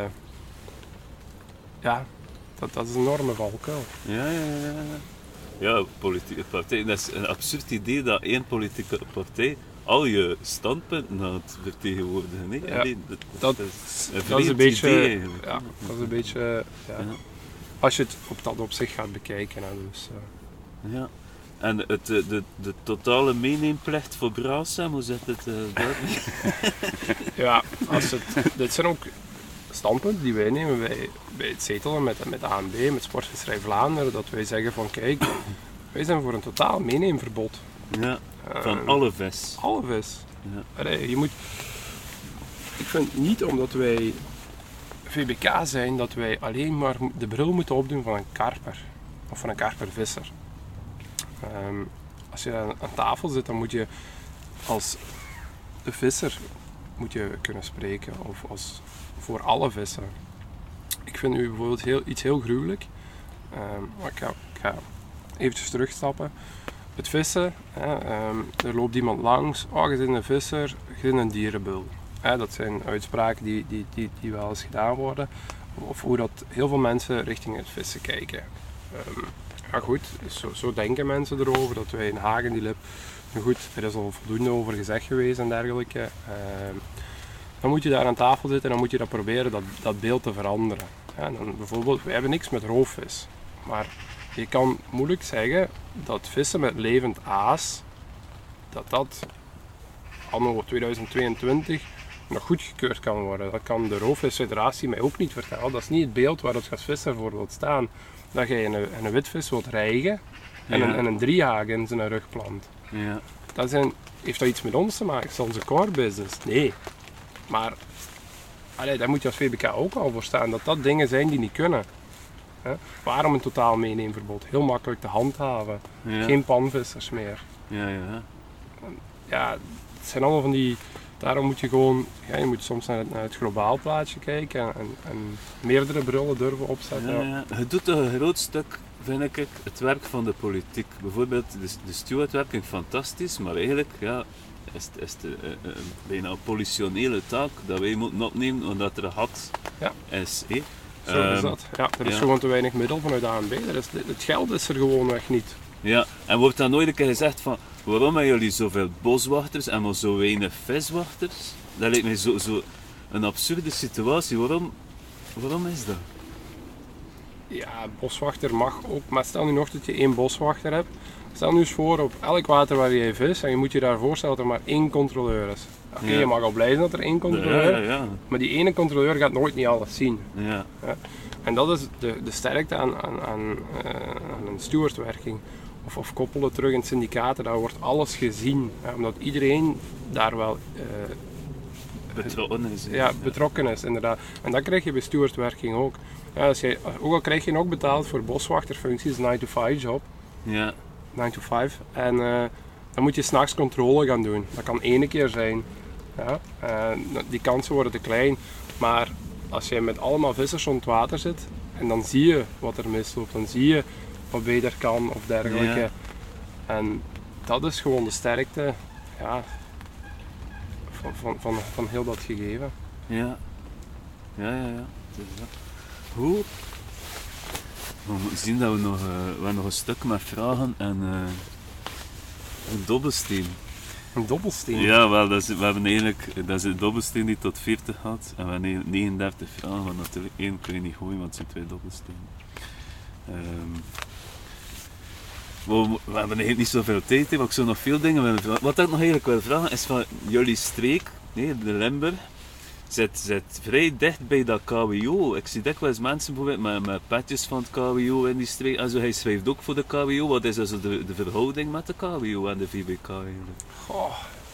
ja, dat, dat is een enorme valkuil. Ja, ja, ja. Ja, politieke partij. Dat is een absurd idee dat één politieke partij al je standpunten gaat vertegenwoordigen. Nee? Ja, Alleen, dat, dat, dat is een, dat is een beetje, idee, ja, dat is een beetje, ja, ja. Als je het op dat opzicht gaat bekijken. Hè, dus, uh. Ja. En het, de, de, de totale meeneemplicht voor Brasem, hoe zit het uh, duidelijk? Ja, als het, dit zijn ook standpunten die wij nemen bij, bij het zetelen met, met A N B, met Sportvisserij Vlaanderen, dat wij zeggen van kijk, wij zijn voor een totaal meeneemverbod. Ja, van uh, alle vis. Alle vis. Ja. Allee, je moet, ik vind niet omdat wij V B K zijn, dat wij alleen maar de bril moeten opdoen van een karper. Of van een karpervisser. Um, als je aan, aan tafel zit, dan moet je als de visser moet je kunnen spreken. Of als voor alle vissen. Ik vind nu bijvoorbeeld heel, iets heel gruwelijk. Um, maar ik ga, ik ga eventjes terugstappen. Het vissen, hè, um, er loopt iemand langs. Oh, je bent een visser, je bent een dierenbul. Hè, dat zijn uitspraken die, die, die, die wel eens gedaan worden. Of hoe dat heel veel mensen richting het vissen kijken. Um, ja goed, zo, zo denken mensen erover, dat wij in Hagen die lip. Maar goed, er is al voldoende over gezegd geweest en dergelijke. Um, dan moet je daar aan tafel zitten en dan moet je dat proberen dat, dat beeld te veranderen. Ja, dan bijvoorbeeld, we hebben niks met roofvis. Maar je kan moeilijk zeggen dat vissen met levend aas, dat dat anno tweeduizend tweeëntwintig nog goedgekeurd kan worden. Dat kan de Roofvisfederatie mij ook niet vertellen. Dat is niet het beeld waar het gasvisser voor wilt staan. Dat je een, een witvis wilt rijgen en, ja. een, en een driehaag in zijn rug plant. Ja. Dat zijn, heeft dat iets met ons te maken? Is dat onze core business? Nee. Maar allee, daar moet je als V B K ook al voor staan, dat dat dingen zijn die niet kunnen. He? Waarom een totaal meeneemverbod? Heel makkelijk te handhaven. Ja. Geen panvissers meer. Ja, ja. Ja, het zijn allemaal van die... Daarom moet je gewoon... Ja, je moet soms naar het, naar het globaal plaatje kijken en, en, en meerdere brullen durven opzetten. Ja, ja. Het doet toch een groot stuk, vind ik, het werk van de politiek. Bijvoorbeeld de, de stewardwerking fantastisch, maar eigenlijk ja, is, is het een, een, een bijna een politionele taak dat wij moeten opnemen omdat er een gat ja. is. Hé. Zo is dat. Ja, er is ja. gewoon te weinig middel vanuit A N B. Er is, het geld is er gewoonweg niet. Ja, en wordt dan nooit een keer gezegd van waarom hebben jullie zoveel boswachters en maar zo weinig viswachters? Dat lijkt mij zo, zo een absurde situatie. Waarom, waarom is dat? Ja, boswachter mag ook, maar stel nu nog dat je één boswachter hebt. Stel nu eens voor op elk water waar je vis en je moet je daar voorstellen dat er maar één controleur is. Oké, okay, ja. je mag al blij zijn dat er één controleur is, ja, ja, ja. maar die ene controleur gaat nooit niet alles zien. Ja. Ja. En dat is de, de sterkte aan, aan, aan, uh, aan een stewardwerking. Of, of koppelen terug in syndicaten, daar wordt alles gezien. Ja, omdat iedereen daar wel uh, betrokken is. Ja, betrokken is, inderdaad. En dat krijg je bij stewardwerking ook. Ja, als je, ook al krijg je nog betaald voor boswachterfuncties, nine to five job. Ja. nine to five. En uh, dan moet je 's nachts controle gaan doen. Dat kan één keer zijn. Ja? Uh, die kansen worden te klein. Maar als je met allemaal vissers rond het water zit en dan zie je wat er misloopt, dan zie je wat beter kan of dergelijke. Ja. En dat is gewoon de sterkte ja, van, van, van, van heel dat gegeven. Ja, ja, ja. ja. Hoe? We moeten zien dat we nog, uh, we hebben nog een stuk met vragen en uh, een dobbelsteen. Een dobbelsteen? Ja, wel, dat is, we hebben eigenlijk, dat is een dobbelsteen die tot veertig gaat en we hebben negenendertig vragen, maar natuurlijk één kun je niet gooien, want het zijn twee dobbelstenen. Um, we, we hebben eigenlijk niet zoveel tijd, maar ik zou nog veel dingen willen vragen. Wat ik nog eigenlijk wil vragen is van jullie streek, nee, de Limburg, zit, zit vrij dicht bij dat K W O. Ik zie dikwijls mensen bijvoorbeeld met, met petjes van het K W O in die streek. En zo, hij schrijft ook voor de K W O. Wat is also de, de verhouding met de K W O en de V B K eigenlijk? Goh,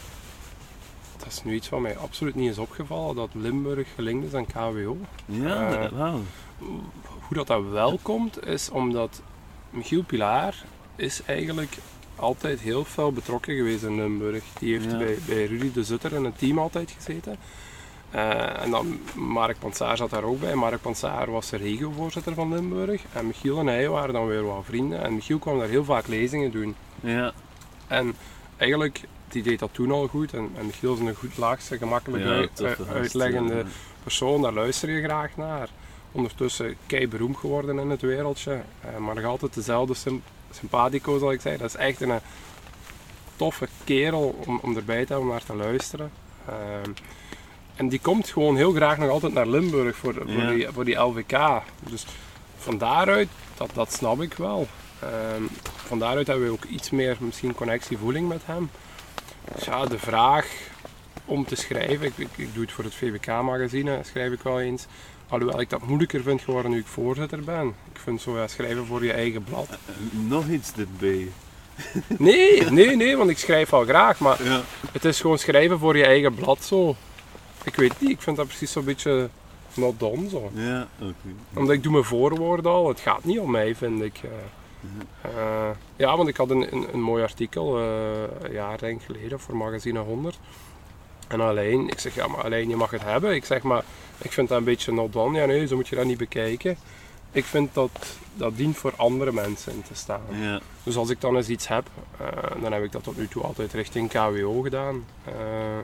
dat is nu iets wat mij absoluut niet is opgevallen, dat Limburg gelinkt is aan K W O. Ja, uh, wel. Hoe dat, dat wel komt, is omdat Michiel Pilaar is eigenlijk altijd heel fel betrokken geweest in Limburg. Die heeft ja. bij, bij Rudy de Zutter in het team altijd gezeten. Uh, en dan Mark Pansaar zat daar ook bij. Mark Pansaar was de regiovoorzitter van Limburg. En Michiel en hij waren dan weer wat vrienden. En Michiel kwam daar heel vaak lezingen doen. Ja. En eigenlijk, die deed dat toen al goed. En, en Michiel is een goed laagste, gemakkelijk ja, uit, uit, uitleggende ja. persoon. Daar luister je graag naar. Ondertussen kei beroemd geworden in het wereldje. Uh, maar nog altijd dezelfde symp sympathico, zal ik zeggen. Dat is echt een toffe kerel om, om erbij te hebben, om naar te luisteren. Uh, En die komt gewoon heel graag nog altijd naar Limburg voor, voor, ja. die, voor die L V K. Dus van daaruit, dat, dat snap ik wel. Um, van daaruit hebben we ook iets meer misschien connectievoeling met hem. Dus ja, de vraag om te schrijven, ik, ik, ik doe het voor het V B K-magazine, schrijf ik wel eens. Alhoewel ik dat moeilijker vind geworden nu ik voorzitter ben. Ik vind zo ja, schrijven voor je eigen blad. Nog iets erbij. Nee, nee, nee, want ik schrijf al graag, maar ja. het is gewoon schrijven voor je eigen blad zo. Ik weet niet, ik vind dat precies zo'n beetje not done zo. Ja, oké. Okay. Omdat ik doe mijn voorwoorden al, het gaat niet om mij vind ik. Uh, uh, ja, want ik had een, een, een mooi artikel, uh, een jaar denk geleden, voor magazine honderd. En alleen, ik zeg ja, maar alleen je mag het hebben. Ik zeg maar, ik vind dat een beetje not done. Ja nee, zo moet je dat niet bekijken. Ik vind dat dat dient voor andere mensen in te staan. Ja. Dus als ik dan eens iets heb, uh, dan heb ik dat tot nu toe altijd richting K W O gedaan. Uh,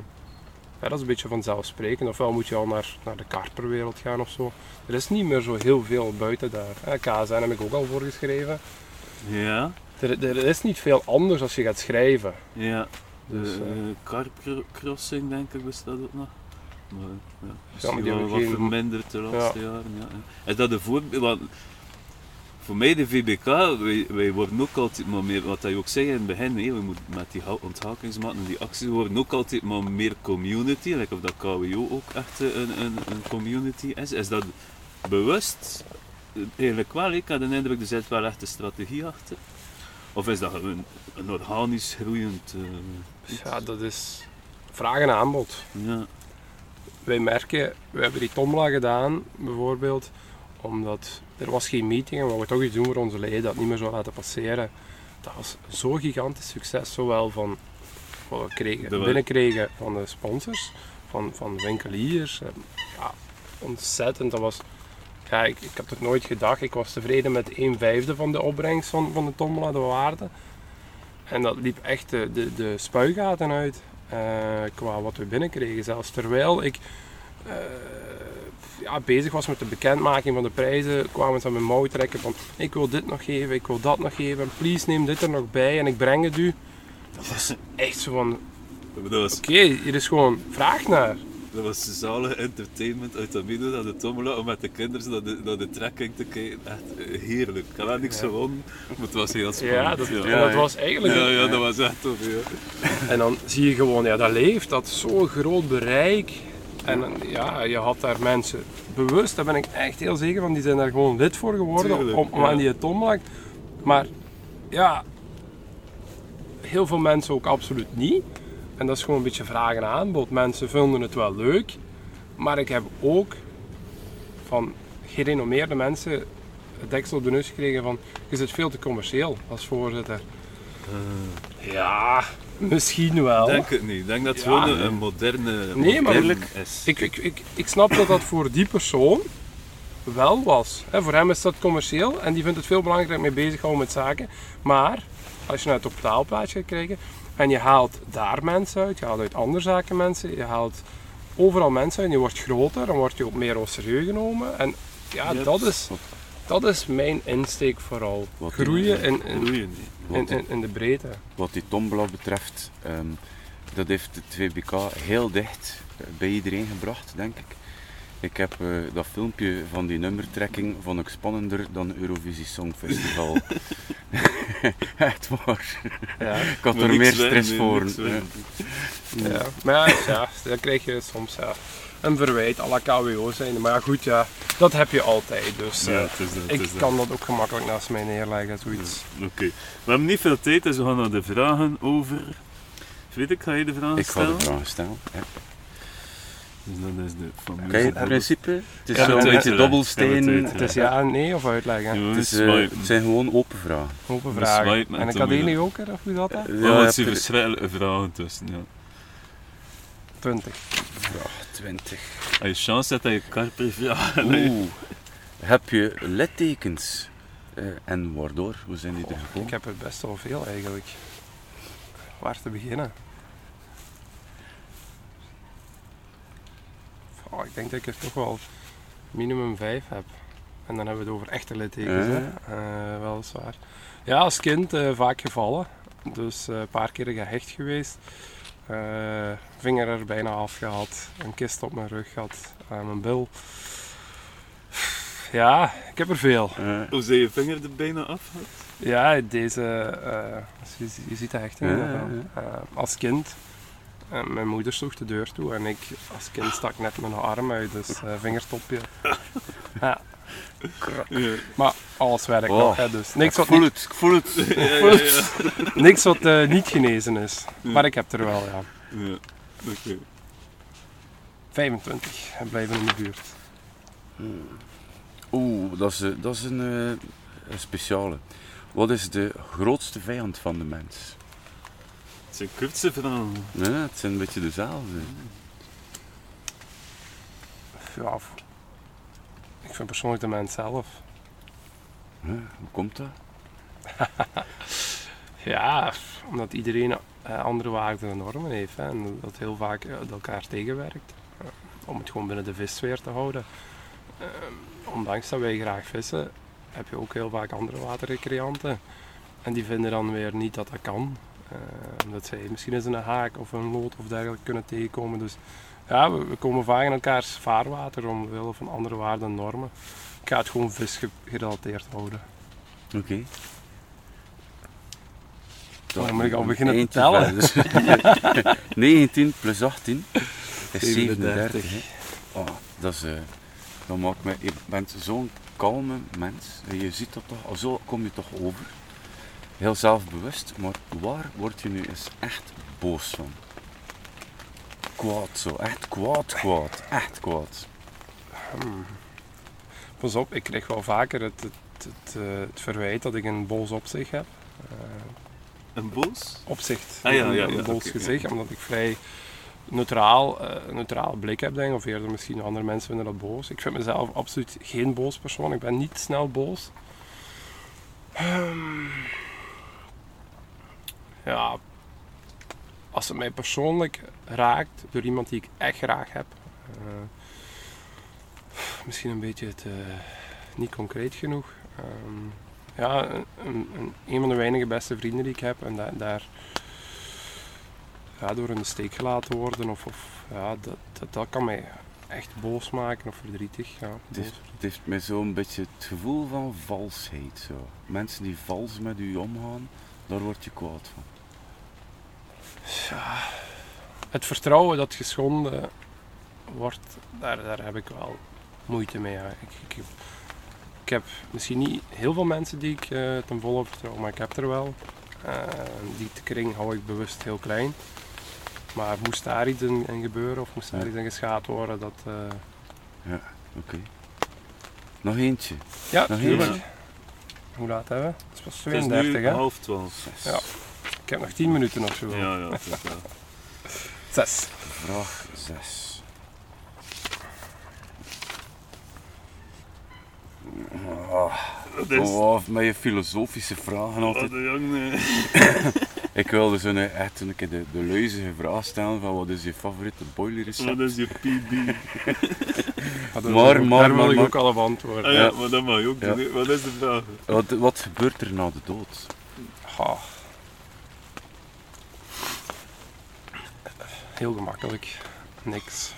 Ja, dat is een beetje vanzelfsprekend. Ofwel moet je al naar, naar de karperwereld gaan of zo. Er is niet meer zo heel veel buiten daar. K S N heb ik ook al voor geschreven. Ja. Er, er is niet veel anders als je gaat schrijven. Ja. De dus, uh, uh, Karpcrossing denk ik bestaat ook nog. Maar ja, ja, maar die wel wat geen... verminderd de laatste ja. jaren. Ja. Is dat een voorbeeld? Voor mij de V B K, wij, wij worden ook altijd maar meer, wat je ook zei in het begin, nee, we moeten met die onthakingsmaten en die acties, we worden ook altijd maar meer community, like of dat K W O ook echt een, een, een community is. Is dat bewust? Eigenlijk wel, ik had de indruk, er zit wel echt een strategie achter. Of is dat een, een organisch groeiend uh, Ja, dat is vraag en aanbod. Ja. Wij merken, we hebben die Tombola gedaan, bijvoorbeeld, omdat er was geen meeting en we wilden toch iets doen voor onze leden dat niet meer zou laten passeren. Dat was zo'n gigantisch succes, zowel van wat we kregen, binnenkregen van de sponsors, van, van de winkeliers. Ja, ontzettend. Dat was, ja, ik, ik had het nooit gedacht. Ik was tevreden met een vijfde van de opbrengst van, van de Tombola, de waarde. En dat liep echt de, de, de spuigaten uit uh, qua wat we binnenkregen. Zelfs terwijl ik uh, ja, bezig was met de bekendmaking van de prijzen, kwamen ze aan mijn mouw trekken van ik wil dit nog geven, ik wil dat nog geven, please neem dit er nog bij en ik breng het u. Dat was echt zo van, oké, okay, hier is gewoon vraag naar. Dat was zalige entertainment uit Amido naar de Tombola om met de kinderen naar de, naar de trekking te kijken. Echt heerlijk. Ik had daar niks gewonnen, maar het was heel spannend. Ja, dat, ja. ja, dat was eigenlijk... Ja, ja, dat was echt tof. Ja. En dan zie je gewoon, ja, dat leeft, dat zo'n groot bereik. En ja, je had daar mensen bewust, daar ben ik echt heel zeker van, die zijn daar gewoon lid voor geworden. Tuurlijk, om, om ja. aan die Tombola. Maar ja, heel veel mensen ook absoluut niet. En dat is gewoon een beetje vraag en aanbod. Mensen vinden het wel leuk, maar ik heb ook van gerenommeerde mensen het deksel op de neus gekregen van je zit veel te commercieel als voorzitter. Uh, ja, misschien wel. Ik denk het niet. Ik denk dat het ja, gewoon een moderne nee, maar is. Ik, ik, ik, ik snap dat dat voor die persoon wel was. He, voor hem is dat commercieel en die vindt het veel belangrijker mee bezighouden met zaken. Maar als je naar het totaalplaatje gaat kijken en je haalt daar mensen uit, je haalt uit andere zaken mensen, je haalt overal mensen uit en je wordt groter, dan word je ook meer serieus genomen. En ja, yep. dat is Dat is mijn insteek vooral. Wat die- Groeien in, in, Groeien. in, in, in de breedte. Wat die tombola betreft, um, dat heeft de twee B K heel dicht uh, bij iedereen gebracht, denk ik. Ik heb uh, dat filmpje van die nummertrekking vond ik spannender dan Eurovisie Songfestival. Echt waar. Ja. Ik had Maar er niks meer winnen, stress nee, voor. niks winnen. Ja. Maar ja, ja, dan krijg je soms ja, een verwijt à la K W O zijn. Maar ja, goed, ja, dat heb je altijd. Dus Ja, uh, het is dat, het ik is dat. kan dat ook gemakkelijk naast mij neerleggen. Zoiets. Oké. We hebben niet veel tijd, dus we gaan naar de vragen over... Frederik, ga je de vragen Ik ga stellen? de vragen stellen. Ja. Dus dat is de fameuze... Kijk, het principe, het is Ja, zo'n het beetje uiteraard. dobbelsteen. Ja, Het is ja en nee of uitleggen. Ja, Het, is, het uh, swipen. het zijn gewoon open vragen. Open We vragen. swipen En en ik toen had één weer- joker, of hoe zat dat? Ja, Oh, je het hebt zijn er- verschillende vragen tussen, ja. twintig. Vraag twintig. Als je chance hebt dat je Carper vraagt. Oeh. Heb je littekens? Uh, en waardoor? Hoe zijn die er Ik gekomen? heb er best wel veel eigenlijk. Waar te beginnen? Oh, ik denk dat ik er toch wel minimum vijf heb. En dan hebben we het over echte littekens, Ja. hè? Uh, weliswaar. Ja, als kind uh, vaak gevallen. Dus uh, een paar keer gehecht geweest. Uh, vinger er bijna af gehad. Een kist op mijn rug gehad. Uh, mijn bil. Ja, ik heb er veel. Uh, Hoe zijn je vinger er bijna af? Ja, deze, uh, je, je ziet de hechting. Ja, ja, uh, als kind, uh, mijn moeder sloeg de deur toe en ik als kind stak net mijn arm uit, dus uh, vingertopje. Ja. Ja. Maar alles werkt Oh, nog, hè, dus niks ik wat, voel niet, het, ik voel het. Ja, ja, ja. niks wat uh, niet genezen is. Maar ik heb er wel, ja. Ja. Oké. vijfentwintig en blijven in de buurt. Oeh, dat is, uh, dat is een, uh, een speciale. Wat is de grootste vijand van de mens? Het zijn kortste vragen. Ja, het zijn een beetje dezelfde. Ja, ik vind persoonlijk de mens zelf. Ja, hoe komt dat? Ja, omdat iedereen uh, andere waarden en normen heeft, hè, en dat heel vaak uh, elkaar tegenwerkt. Uh, om het gewoon binnen de vissfeer te houden. Uh, ondanks dat wij graag vissen, heb je ook heel vaak andere waterrecreanten. En die vinden dan weer niet dat dat kan. Uh, omdat zij misschien eens een haak of een lood of dergelijke kunnen tegenkomen. Dus ja, we, we komen vaak in elkaars vaarwater omwille van andere waarden en normen. Ik ga het gewoon visgerelateerd houden. Oké. Okay. Dan moet ik al beginnen te eentje tellen. verder. negentien plus achttien is zevenendertig. zevenendertig. Oh, dat is, uh, dat maakt me, je bent zo'n kalme mens. Je ziet dat toch, zo kom je toch over. Heel zelfbewust, maar waar word je nu eens echt boos van? Kwaad zo, echt kwaad, kwaad, echt kwaad. Hmm. Pas op, ik krijg wel vaker het, het, het, uh, het verwijt dat ik een boos opzicht heb. Uh, Een boos? opzicht, Ah, ja, ja, ja, een boos okay, gezicht, ja. omdat ik vrij neutraal, uh, een neutrale blik heb, denk ik, of eerder misschien andere mensen vinden dat boos. Ik vind mezelf absoluut geen boos persoon, ik ben niet snel boos. Um, ja, als het mij persoonlijk raakt door iemand die ik echt graag heb, uh, misschien een beetje te, niet concreet genoeg. Um, ja, een, een, een van de weinige beste vrienden die ik heb en da, daar ja, door in de steek gelaten worden of, of ja, dat, dat, dat kan mij echt boos maken of verdrietig. Ja, het, heeft, het heeft mij zo'n beetje het gevoel van valsheid. Zo. Mensen die vals met u omgaan, daar word je kwaad van. Ja, het vertrouwen dat geschonden wordt, daar, daar heb ik wel moeite mee. Ja. Ik, ik, ik heb misschien niet heel veel mensen die ik uh, ten volle vertrouw, maar ik heb er wel. Uh, die kring hou ik bewust heel klein. Maar moest daar iets in, in gebeuren of moest daar ja. iets in geschaad worden, dat... Uh... Ja, oké. Okay. Nog eentje. Ja, Nog tuurlijk. eentje. Hoe laat hebben we? Het is pas Het tweeëndertig, is nu hè? half twaalf. Ja. Ik heb nog tien minuten of zo. Ja, ja, dat is wel. Zes. Vraag zes. Oh, Dat is... oh, met je filosofische vragen Oh, altijd. de jongen. Ik wilde zo'n, echt een keer de, de luizige vraag stellen van wat is je favoriete boiler recept? Wat is je P B? Ja, Maar, maar, maar, daar wil maar, ik maar. ook al op antwoorden. Ah ja, Ja. maar dat mag je ook doen. Ja. hè. Wat is de vraag? Wat, wat gebeurt er na de dood? Ha. Heel gemakkelijk. Niks.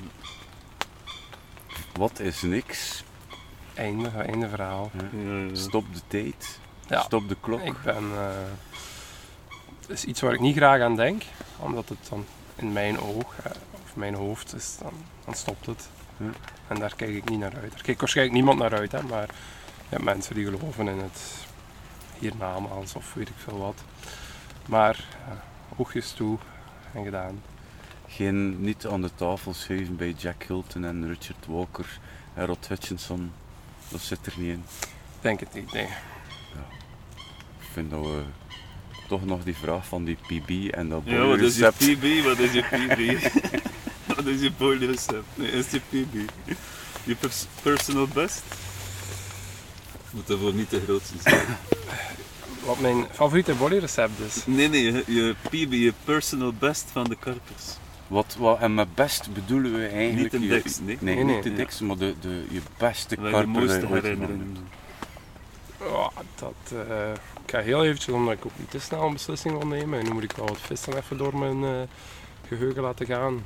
Wat is niks? Einde, einde verhaal. Ja, ja. Stop de tijd. Ja. Stop de klok. Ik ben... eh, het is iets waar ik niet graag aan denk. Omdat het dan in mijn oog, eh, of mijn hoofd is, dan, dan stopt het. Ja. En daar kijk ik niet naar uit. Daar kijkt waarschijnlijk niemand naar uit, hè, maar je hebt mensen die geloven in het hiernamaals of weet ik veel wat. Maar ja, oogjes toe en gedaan. Geen, niet aan de tafel schuiven bij Jack Hilton en Richard Walker en Rod Hutchinson. Dat zit er niet in. Denk het niet, nee. Ik vind dat we toch nog die vraag van die P B en dat Ja, wat is je boilerrecept. P B? Wat is je P B? Wat is je boiler recept? Nee, is je P B? Je pers- personal best? Moet daarvoor niet te groot zijn. Wat mijn favoriete bodyrecept is. Nee, nee, je, je P B, je personal best van de karpers. Wat, wat, en met best bedoelen we eigenlijk... Niet een je- dikste, nee. Nee, Nee, niet nee. de dikste, maar de, de, je beste Wat je karper mooiste dat je ooit herinnering. gemaakt hebt. Ja, dat, eh, ik ga heel eventjes, omdat ik ook niet te snel een beslissing wil nemen. En nu moet ik wel wat vissen even door mijn eh, geheugen laten gaan.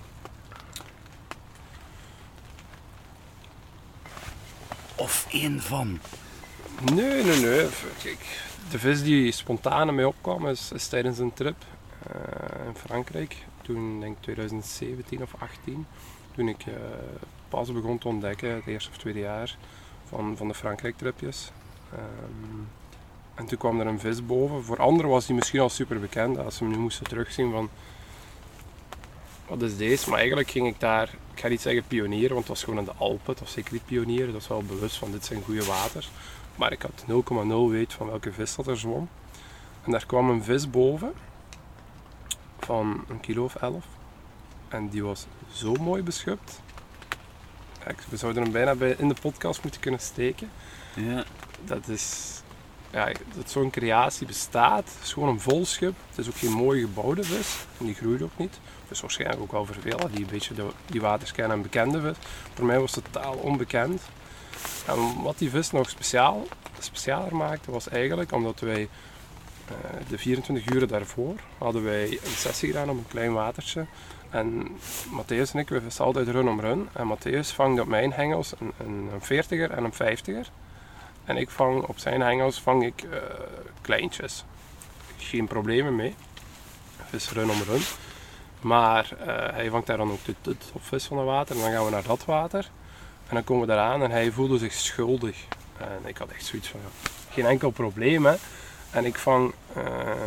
Of één van. Nee, nee, nee. Kijk, de vis die spontaan in mij opkwam is, is tijdens een trip eh, in Frankrijk. Toen, denk ik twintig zeventien of achttien. Toen ik eh, pas begon te ontdekken, het eerste of tweede jaar, van, van de Frankrijk-tripjes. Ehm, en toen kwam er een vis boven. Voor anderen was die misschien al super bekend. Als ze hem nu moesten terugzien van... Wat is deze? Maar eigenlijk ging ik daar, ik ga niet zeggen pionieren, want het was gewoon in de Alpen. Het was zeker niet pionieren, dat was wel bewust van dit zijn goede waters. Maar ik had nul komma nul weet van welke vis dat er zwom. En daar kwam een vis boven van een kilo of elf. En die was zo mooi beschupt. Ja, ik- we zouden hem bijna bij, in de podcast moeten kunnen steken. Ja. Dat is... Ja, dat zo'n creatie bestaat. Het is gewoon een vol schip. Het is ook geen mooi gebouwde vis. En die groeit ook niet. Dus waarschijnlijk ook wel voor velen die een beetje de, die waters kennen en bekende vis. Voor mij was het totaal onbekend. En wat die vis nog speciaal, specialer maakte was eigenlijk omdat wij eh, de vierentwintig uur daarvoor hadden wij een sessie gedaan op een klein watertje. En Matthäus en ik, we vissen altijd run om run. En Matthäus vangt op mijn hengels een, een, een veertiger en een vijftiger. En ik vang op zijn hengels vang ik eh, kleintjes. Geen problemen mee. Vis run om run. Maar eh, hij vangt daar dan ook de, de topvis van het water. En dan gaan we naar dat water. En dan komen we eraan en hij voelde zich schuldig. En ik had echt zoiets van, ja, geen enkel probleem hè. En ik vang, eh,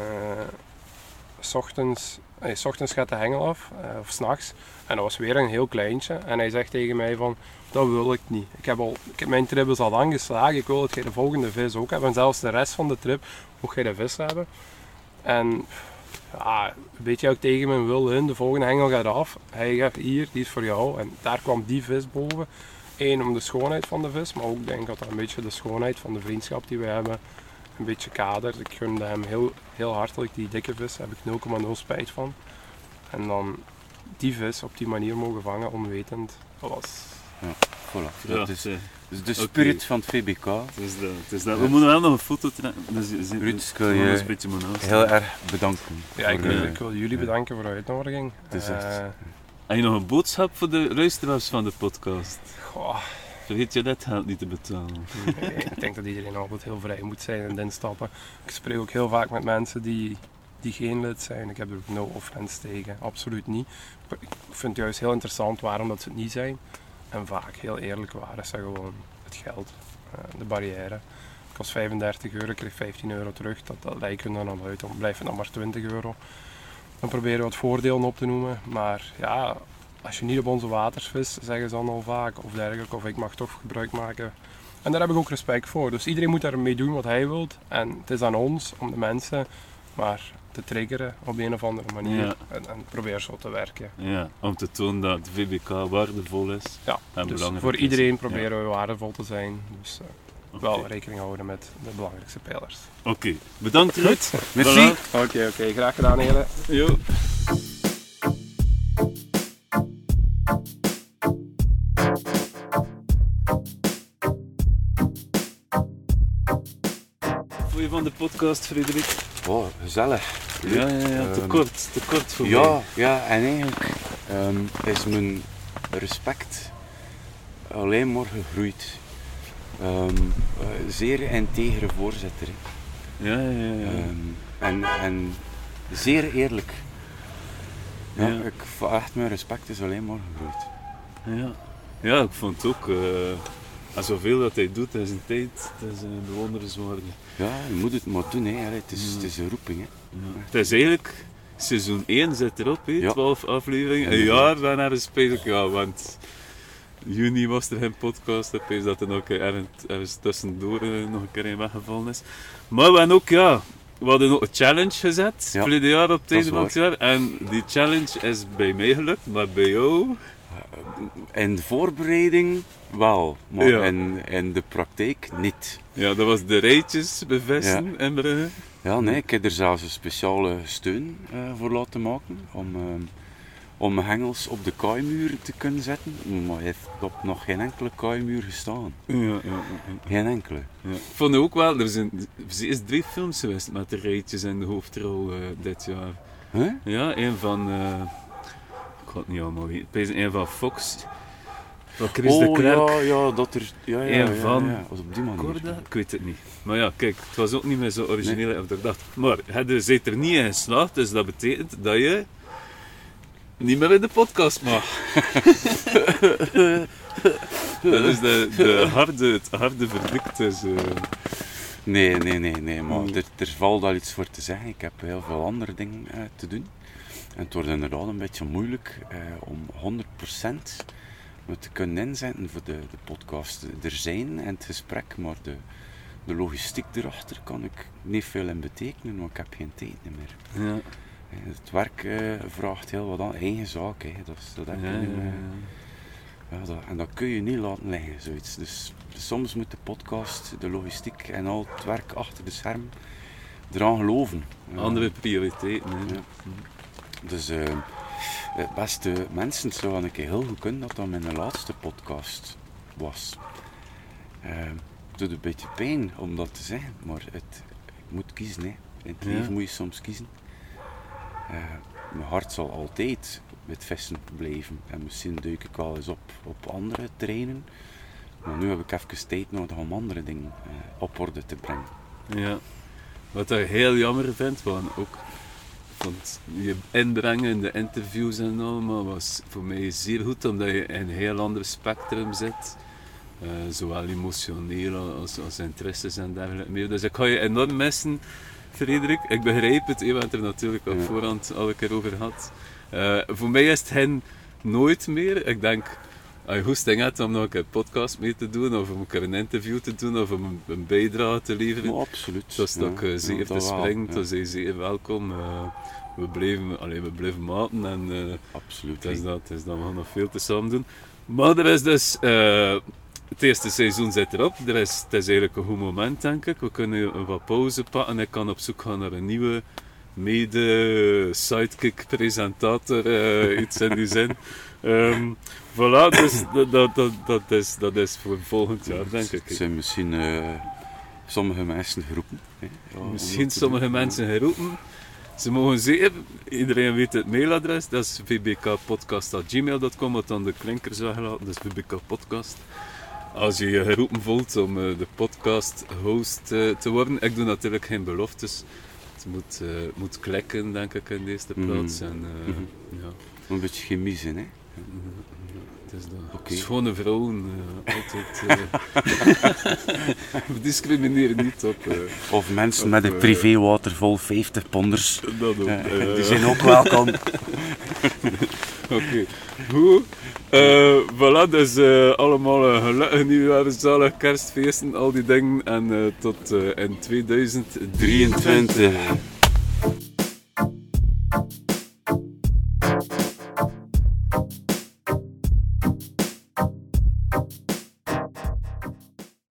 s ochtends, eh, s ochtends gaat de hengel af, eh, of s'nachts. En dat was weer een heel kleintje. En hij zegt tegen mij van, dat wil ik niet. Ik heb, al, ik heb mijn trip is al lang geslagen, ik wil dat jij de volgende vis ook hebt. En zelfs de rest van de trip mocht jij de vis hebben. En ja, een beetje ook tegen mijn wil in, de volgende hengel gaat af. Hij gaat hier, die is voor jou. En daar kwam die vis boven. Eén om de schoonheid van de vis, maar ook denk ik dat dat een beetje de schoonheid van de vriendschap die we hebben een beetje kadert. Ik gunde hem heel, heel hartelijk die dikke vis, daar heb ik nul komma nul spijt van. En dan die vis op die manier mogen vangen, onwetend, dat was... Voilà. Ja, Dat is, eh, dat is de Oké. spirit van het V B K. het is dat, het is dat. We moeten wel nog een foto trekken. Dus, dus, Ruud, ik wil we je gaan ons een beetje moeten afstaan. Heel erg bedanken. Ja, ik voor, wil, eh, ik wil jullie bedanken voor de uitnodiging. Het is echt- Eh, Heb je nog een boodschap voor de luisteraars van de podcast? goh, Vergeet je dat geld niet te betalen. nee, ik denk dat iedereen altijd heel vrij moet zijn in instappen. Ik spreek ook heel vaak met mensen die, die geen lid zijn. Ik heb er no offense tegen, absoluut niet. Ik vind het juist heel interessant waarom dat ze het niet zijn. En vaak, heel eerlijk, waren ze gewoon het geld, eh, de barrière. Het kost vijfendertig euro, ik kreeg vijftien euro terug. Dat, dat lijkt er dan al uit, dan blijft het dan maar twintig euro. Dan proberen we wat voordelen op te noemen. Maar ja, als je niet op onze waters vist, zeggen ze dan al vaak of dergelijke. Of ik mag toch gebruik maken. En daar heb ik ook respect voor. Dus iedereen moet daarmee doen wat hij wil. En het is aan ons om de mensen maar te triggeren op een of andere manier. Ja. En, en probeer zo te werken. Ja, om te tonen dat de V B K waardevol is. Ja, En dus belangrijk voor is. iedereen proberen we waardevol te zijn. Dus, eh, wel Oké. rekening houden met de belangrijkste pijlers. Oké, okay. Bedankt Ruud. Goed. Merci. Voilà. Oké, okay, oké. Okay. Graag gedaan, heren. Jo. Vond je van de podcast, Frederik? Oh, gezellig. Ja, ja, ja, te Ehm, kort, te kort voor mij. Ja, ja, en eigenlijk um, is mijn respect alleen maar gegroeid. Um, uh, zeer integere voorzitter. Hè. Ja, ja, ja. Um, en, en zeer eerlijk. Ja, Ja. Ik vond echt mijn respect is alleen maar gegroeid. Ja, ja ik vond het ook, uh, en zoveel dat hij doet in zijn tijd, het is uh, bewonderenswaardig. Ja, je moet het maar doen, hè. Allee, het, is, Ja. het is een roeping. Hè. Ja. Het is eigenlijk, seizoen één zit erop, hè, Ja. twaalf afleveringen, een jaar daarna is het ja, want juni was er geen podcast, ik weet dat er nog een keer ergens, ergens tussendoor uh, nog een keer in weggevallen is. Maar we hebben ook, ja, we hadden ook een challenge gezet, Ja, verleden jaar op het dat is einde van het jaar, en die challenge is bij mij gelukt, maar bij jou... In de voorbereiding wel, maar Ja. in, in de praktijk niet. Ja, dat was de rijtjes bevesten in Brugge. Ja, nee, ik heb er zelfs een speciale steun uh, voor laten maken om, uh, om hengels op de kaaimuur te kunnen zetten. Maar hij heeft op nog geen enkele kaaimuur gestaan. Ja, ja, ja. Geen enkele. Ja. Ik vond ook wel, er zijn er is drie films geweest met de rijtjes in de hoofdrol uh, dit jaar. Huh? Ja, een van, uh, ik ga het niet allemaal weten, het is een van Fox, van Chris oh, de Klerk. ja, ja, dat er... Ja, ja, Een ja, van ja, was op die manier. Corda? Ik weet het niet. Maar ja, kijk, het was ook niet meer zo origineel als ik dacht. Maar je bent er niet in geslaagd, dus dat betekent dat je niet meer in de podcast mag. Dat is de, de harde, het harde verdict. Dus, uh... Nee, nee, nee, nee, maar Hmm. er, er valt al iets voor te zeggen. Ik heb heel veel andere dingen uh, te doen. En het wordt inderdaad een beetje moeilijk uh, om honderd procent me te kunnen inzetten voor de, de podcast. Er zijn en het gesprek, maar de, de logistiek erachter kan ik niet veel in betekenen, want ik heb geen tijd meer. Ja. Het werk uh, vraagt heel wat aan, eigen zaak, hè. Dat, is, dat heb je Ja, niet ja, meer. ja. Ja, dat, en dat kun je niet laten liggen, zoiets. Dus soms moet de podcast, de logistiek en al het werk achter de scherm eraan geloven. Ja. Andere prioriteiten. Hè. Ja. Dus uh, beste mensen, het zou een keer heel goed kunnen dat dat mijn laatste podcast was. Uh, het doet een beetje pijn om dat te zeggen, maar het, ik moet kiezen. Hè. In het Ja. leven moet je soms kiezen. Uh, mijn hart zal altijd met vissen blijven. En misschien duik ik wel eens op, op andere terreinen. Maar nu heb ik even tijd nodig om andere dingen uh, op orde te brengen. Ja. Wat ik heel jammer vind, want ook vond je inbrengen in de interviews en allemaal was voor mij zeer goed, omdat je in een heel ander spectrum zit. Uh, zowel emotioneel als, als interesses en dergelijke meer. Dus ik ga je enorm missen, Frederik. Ik begrijp het, je bent er natuurlijk op Ja. voorhand al een keer over gehad. Uh, voor mij is het hen nooit meer. Ik denk, als je goesting hebt om nog een keer een podcast mee te doen, of om een keer een interview te doen, of om een, een bijdrage te leveren, Maar absoluut. dat is toch uh, Ja, zeer ja, te dat wel, springen, ja. dat is zeer welkom. Uh, we blijven, allee, we blijven maten en uh, Absoluut. het is hè. dat, het is dat we gaan nog veel te samen doen. Maar er is dus, uh, het eerste seizoen zit erop, er is, het is eigenlijk een goed moment denk ik. We kunnen een wat pauze pakken, ik kan op zoek gaan naar een nieuwe mede sidekick presentator, uh, iets in die zin. Um, voilà, dus dat, dat, dat, dat, is, dat is voor volgend jaar denk ik. Het zijn misschien uh, sommige mensen geroepen. Hè, ja, om Misschien dat te sommige doen. mensen geroepen. Ze mogen zeer, iedereen weet het mailadres, dat is v b k podcast at gmail dot com, wat dan de klinkers weggelaten, dus v b k podcast. Als je je geroepen voelt om uh, de podcast host uh, te worden, ik doe natuurlijk geen beloftes. Het moet, uh, moet klikken, denk ik, in de eerste plaats. Mhm. En, uh, Mhm. ja. Een beetje chemie zijn, hè? Het is dat. Oké. Schone vrouwen, uh, altijd. Uh, we discrimineren niet op. Uh, Of mensen Of, met een eh, privéwatervol vijftig ponders. dat ook. Uh, Uh, die zijn ook welkom. Oké, okay. Goed. Uh, voilà, dus uh, allemaal een gelukkig nieuwjaar, zalig kerstfeesten, al die dingen. En uh, tot uh, in tweeduizend drieëntwintig. drieëntwintig.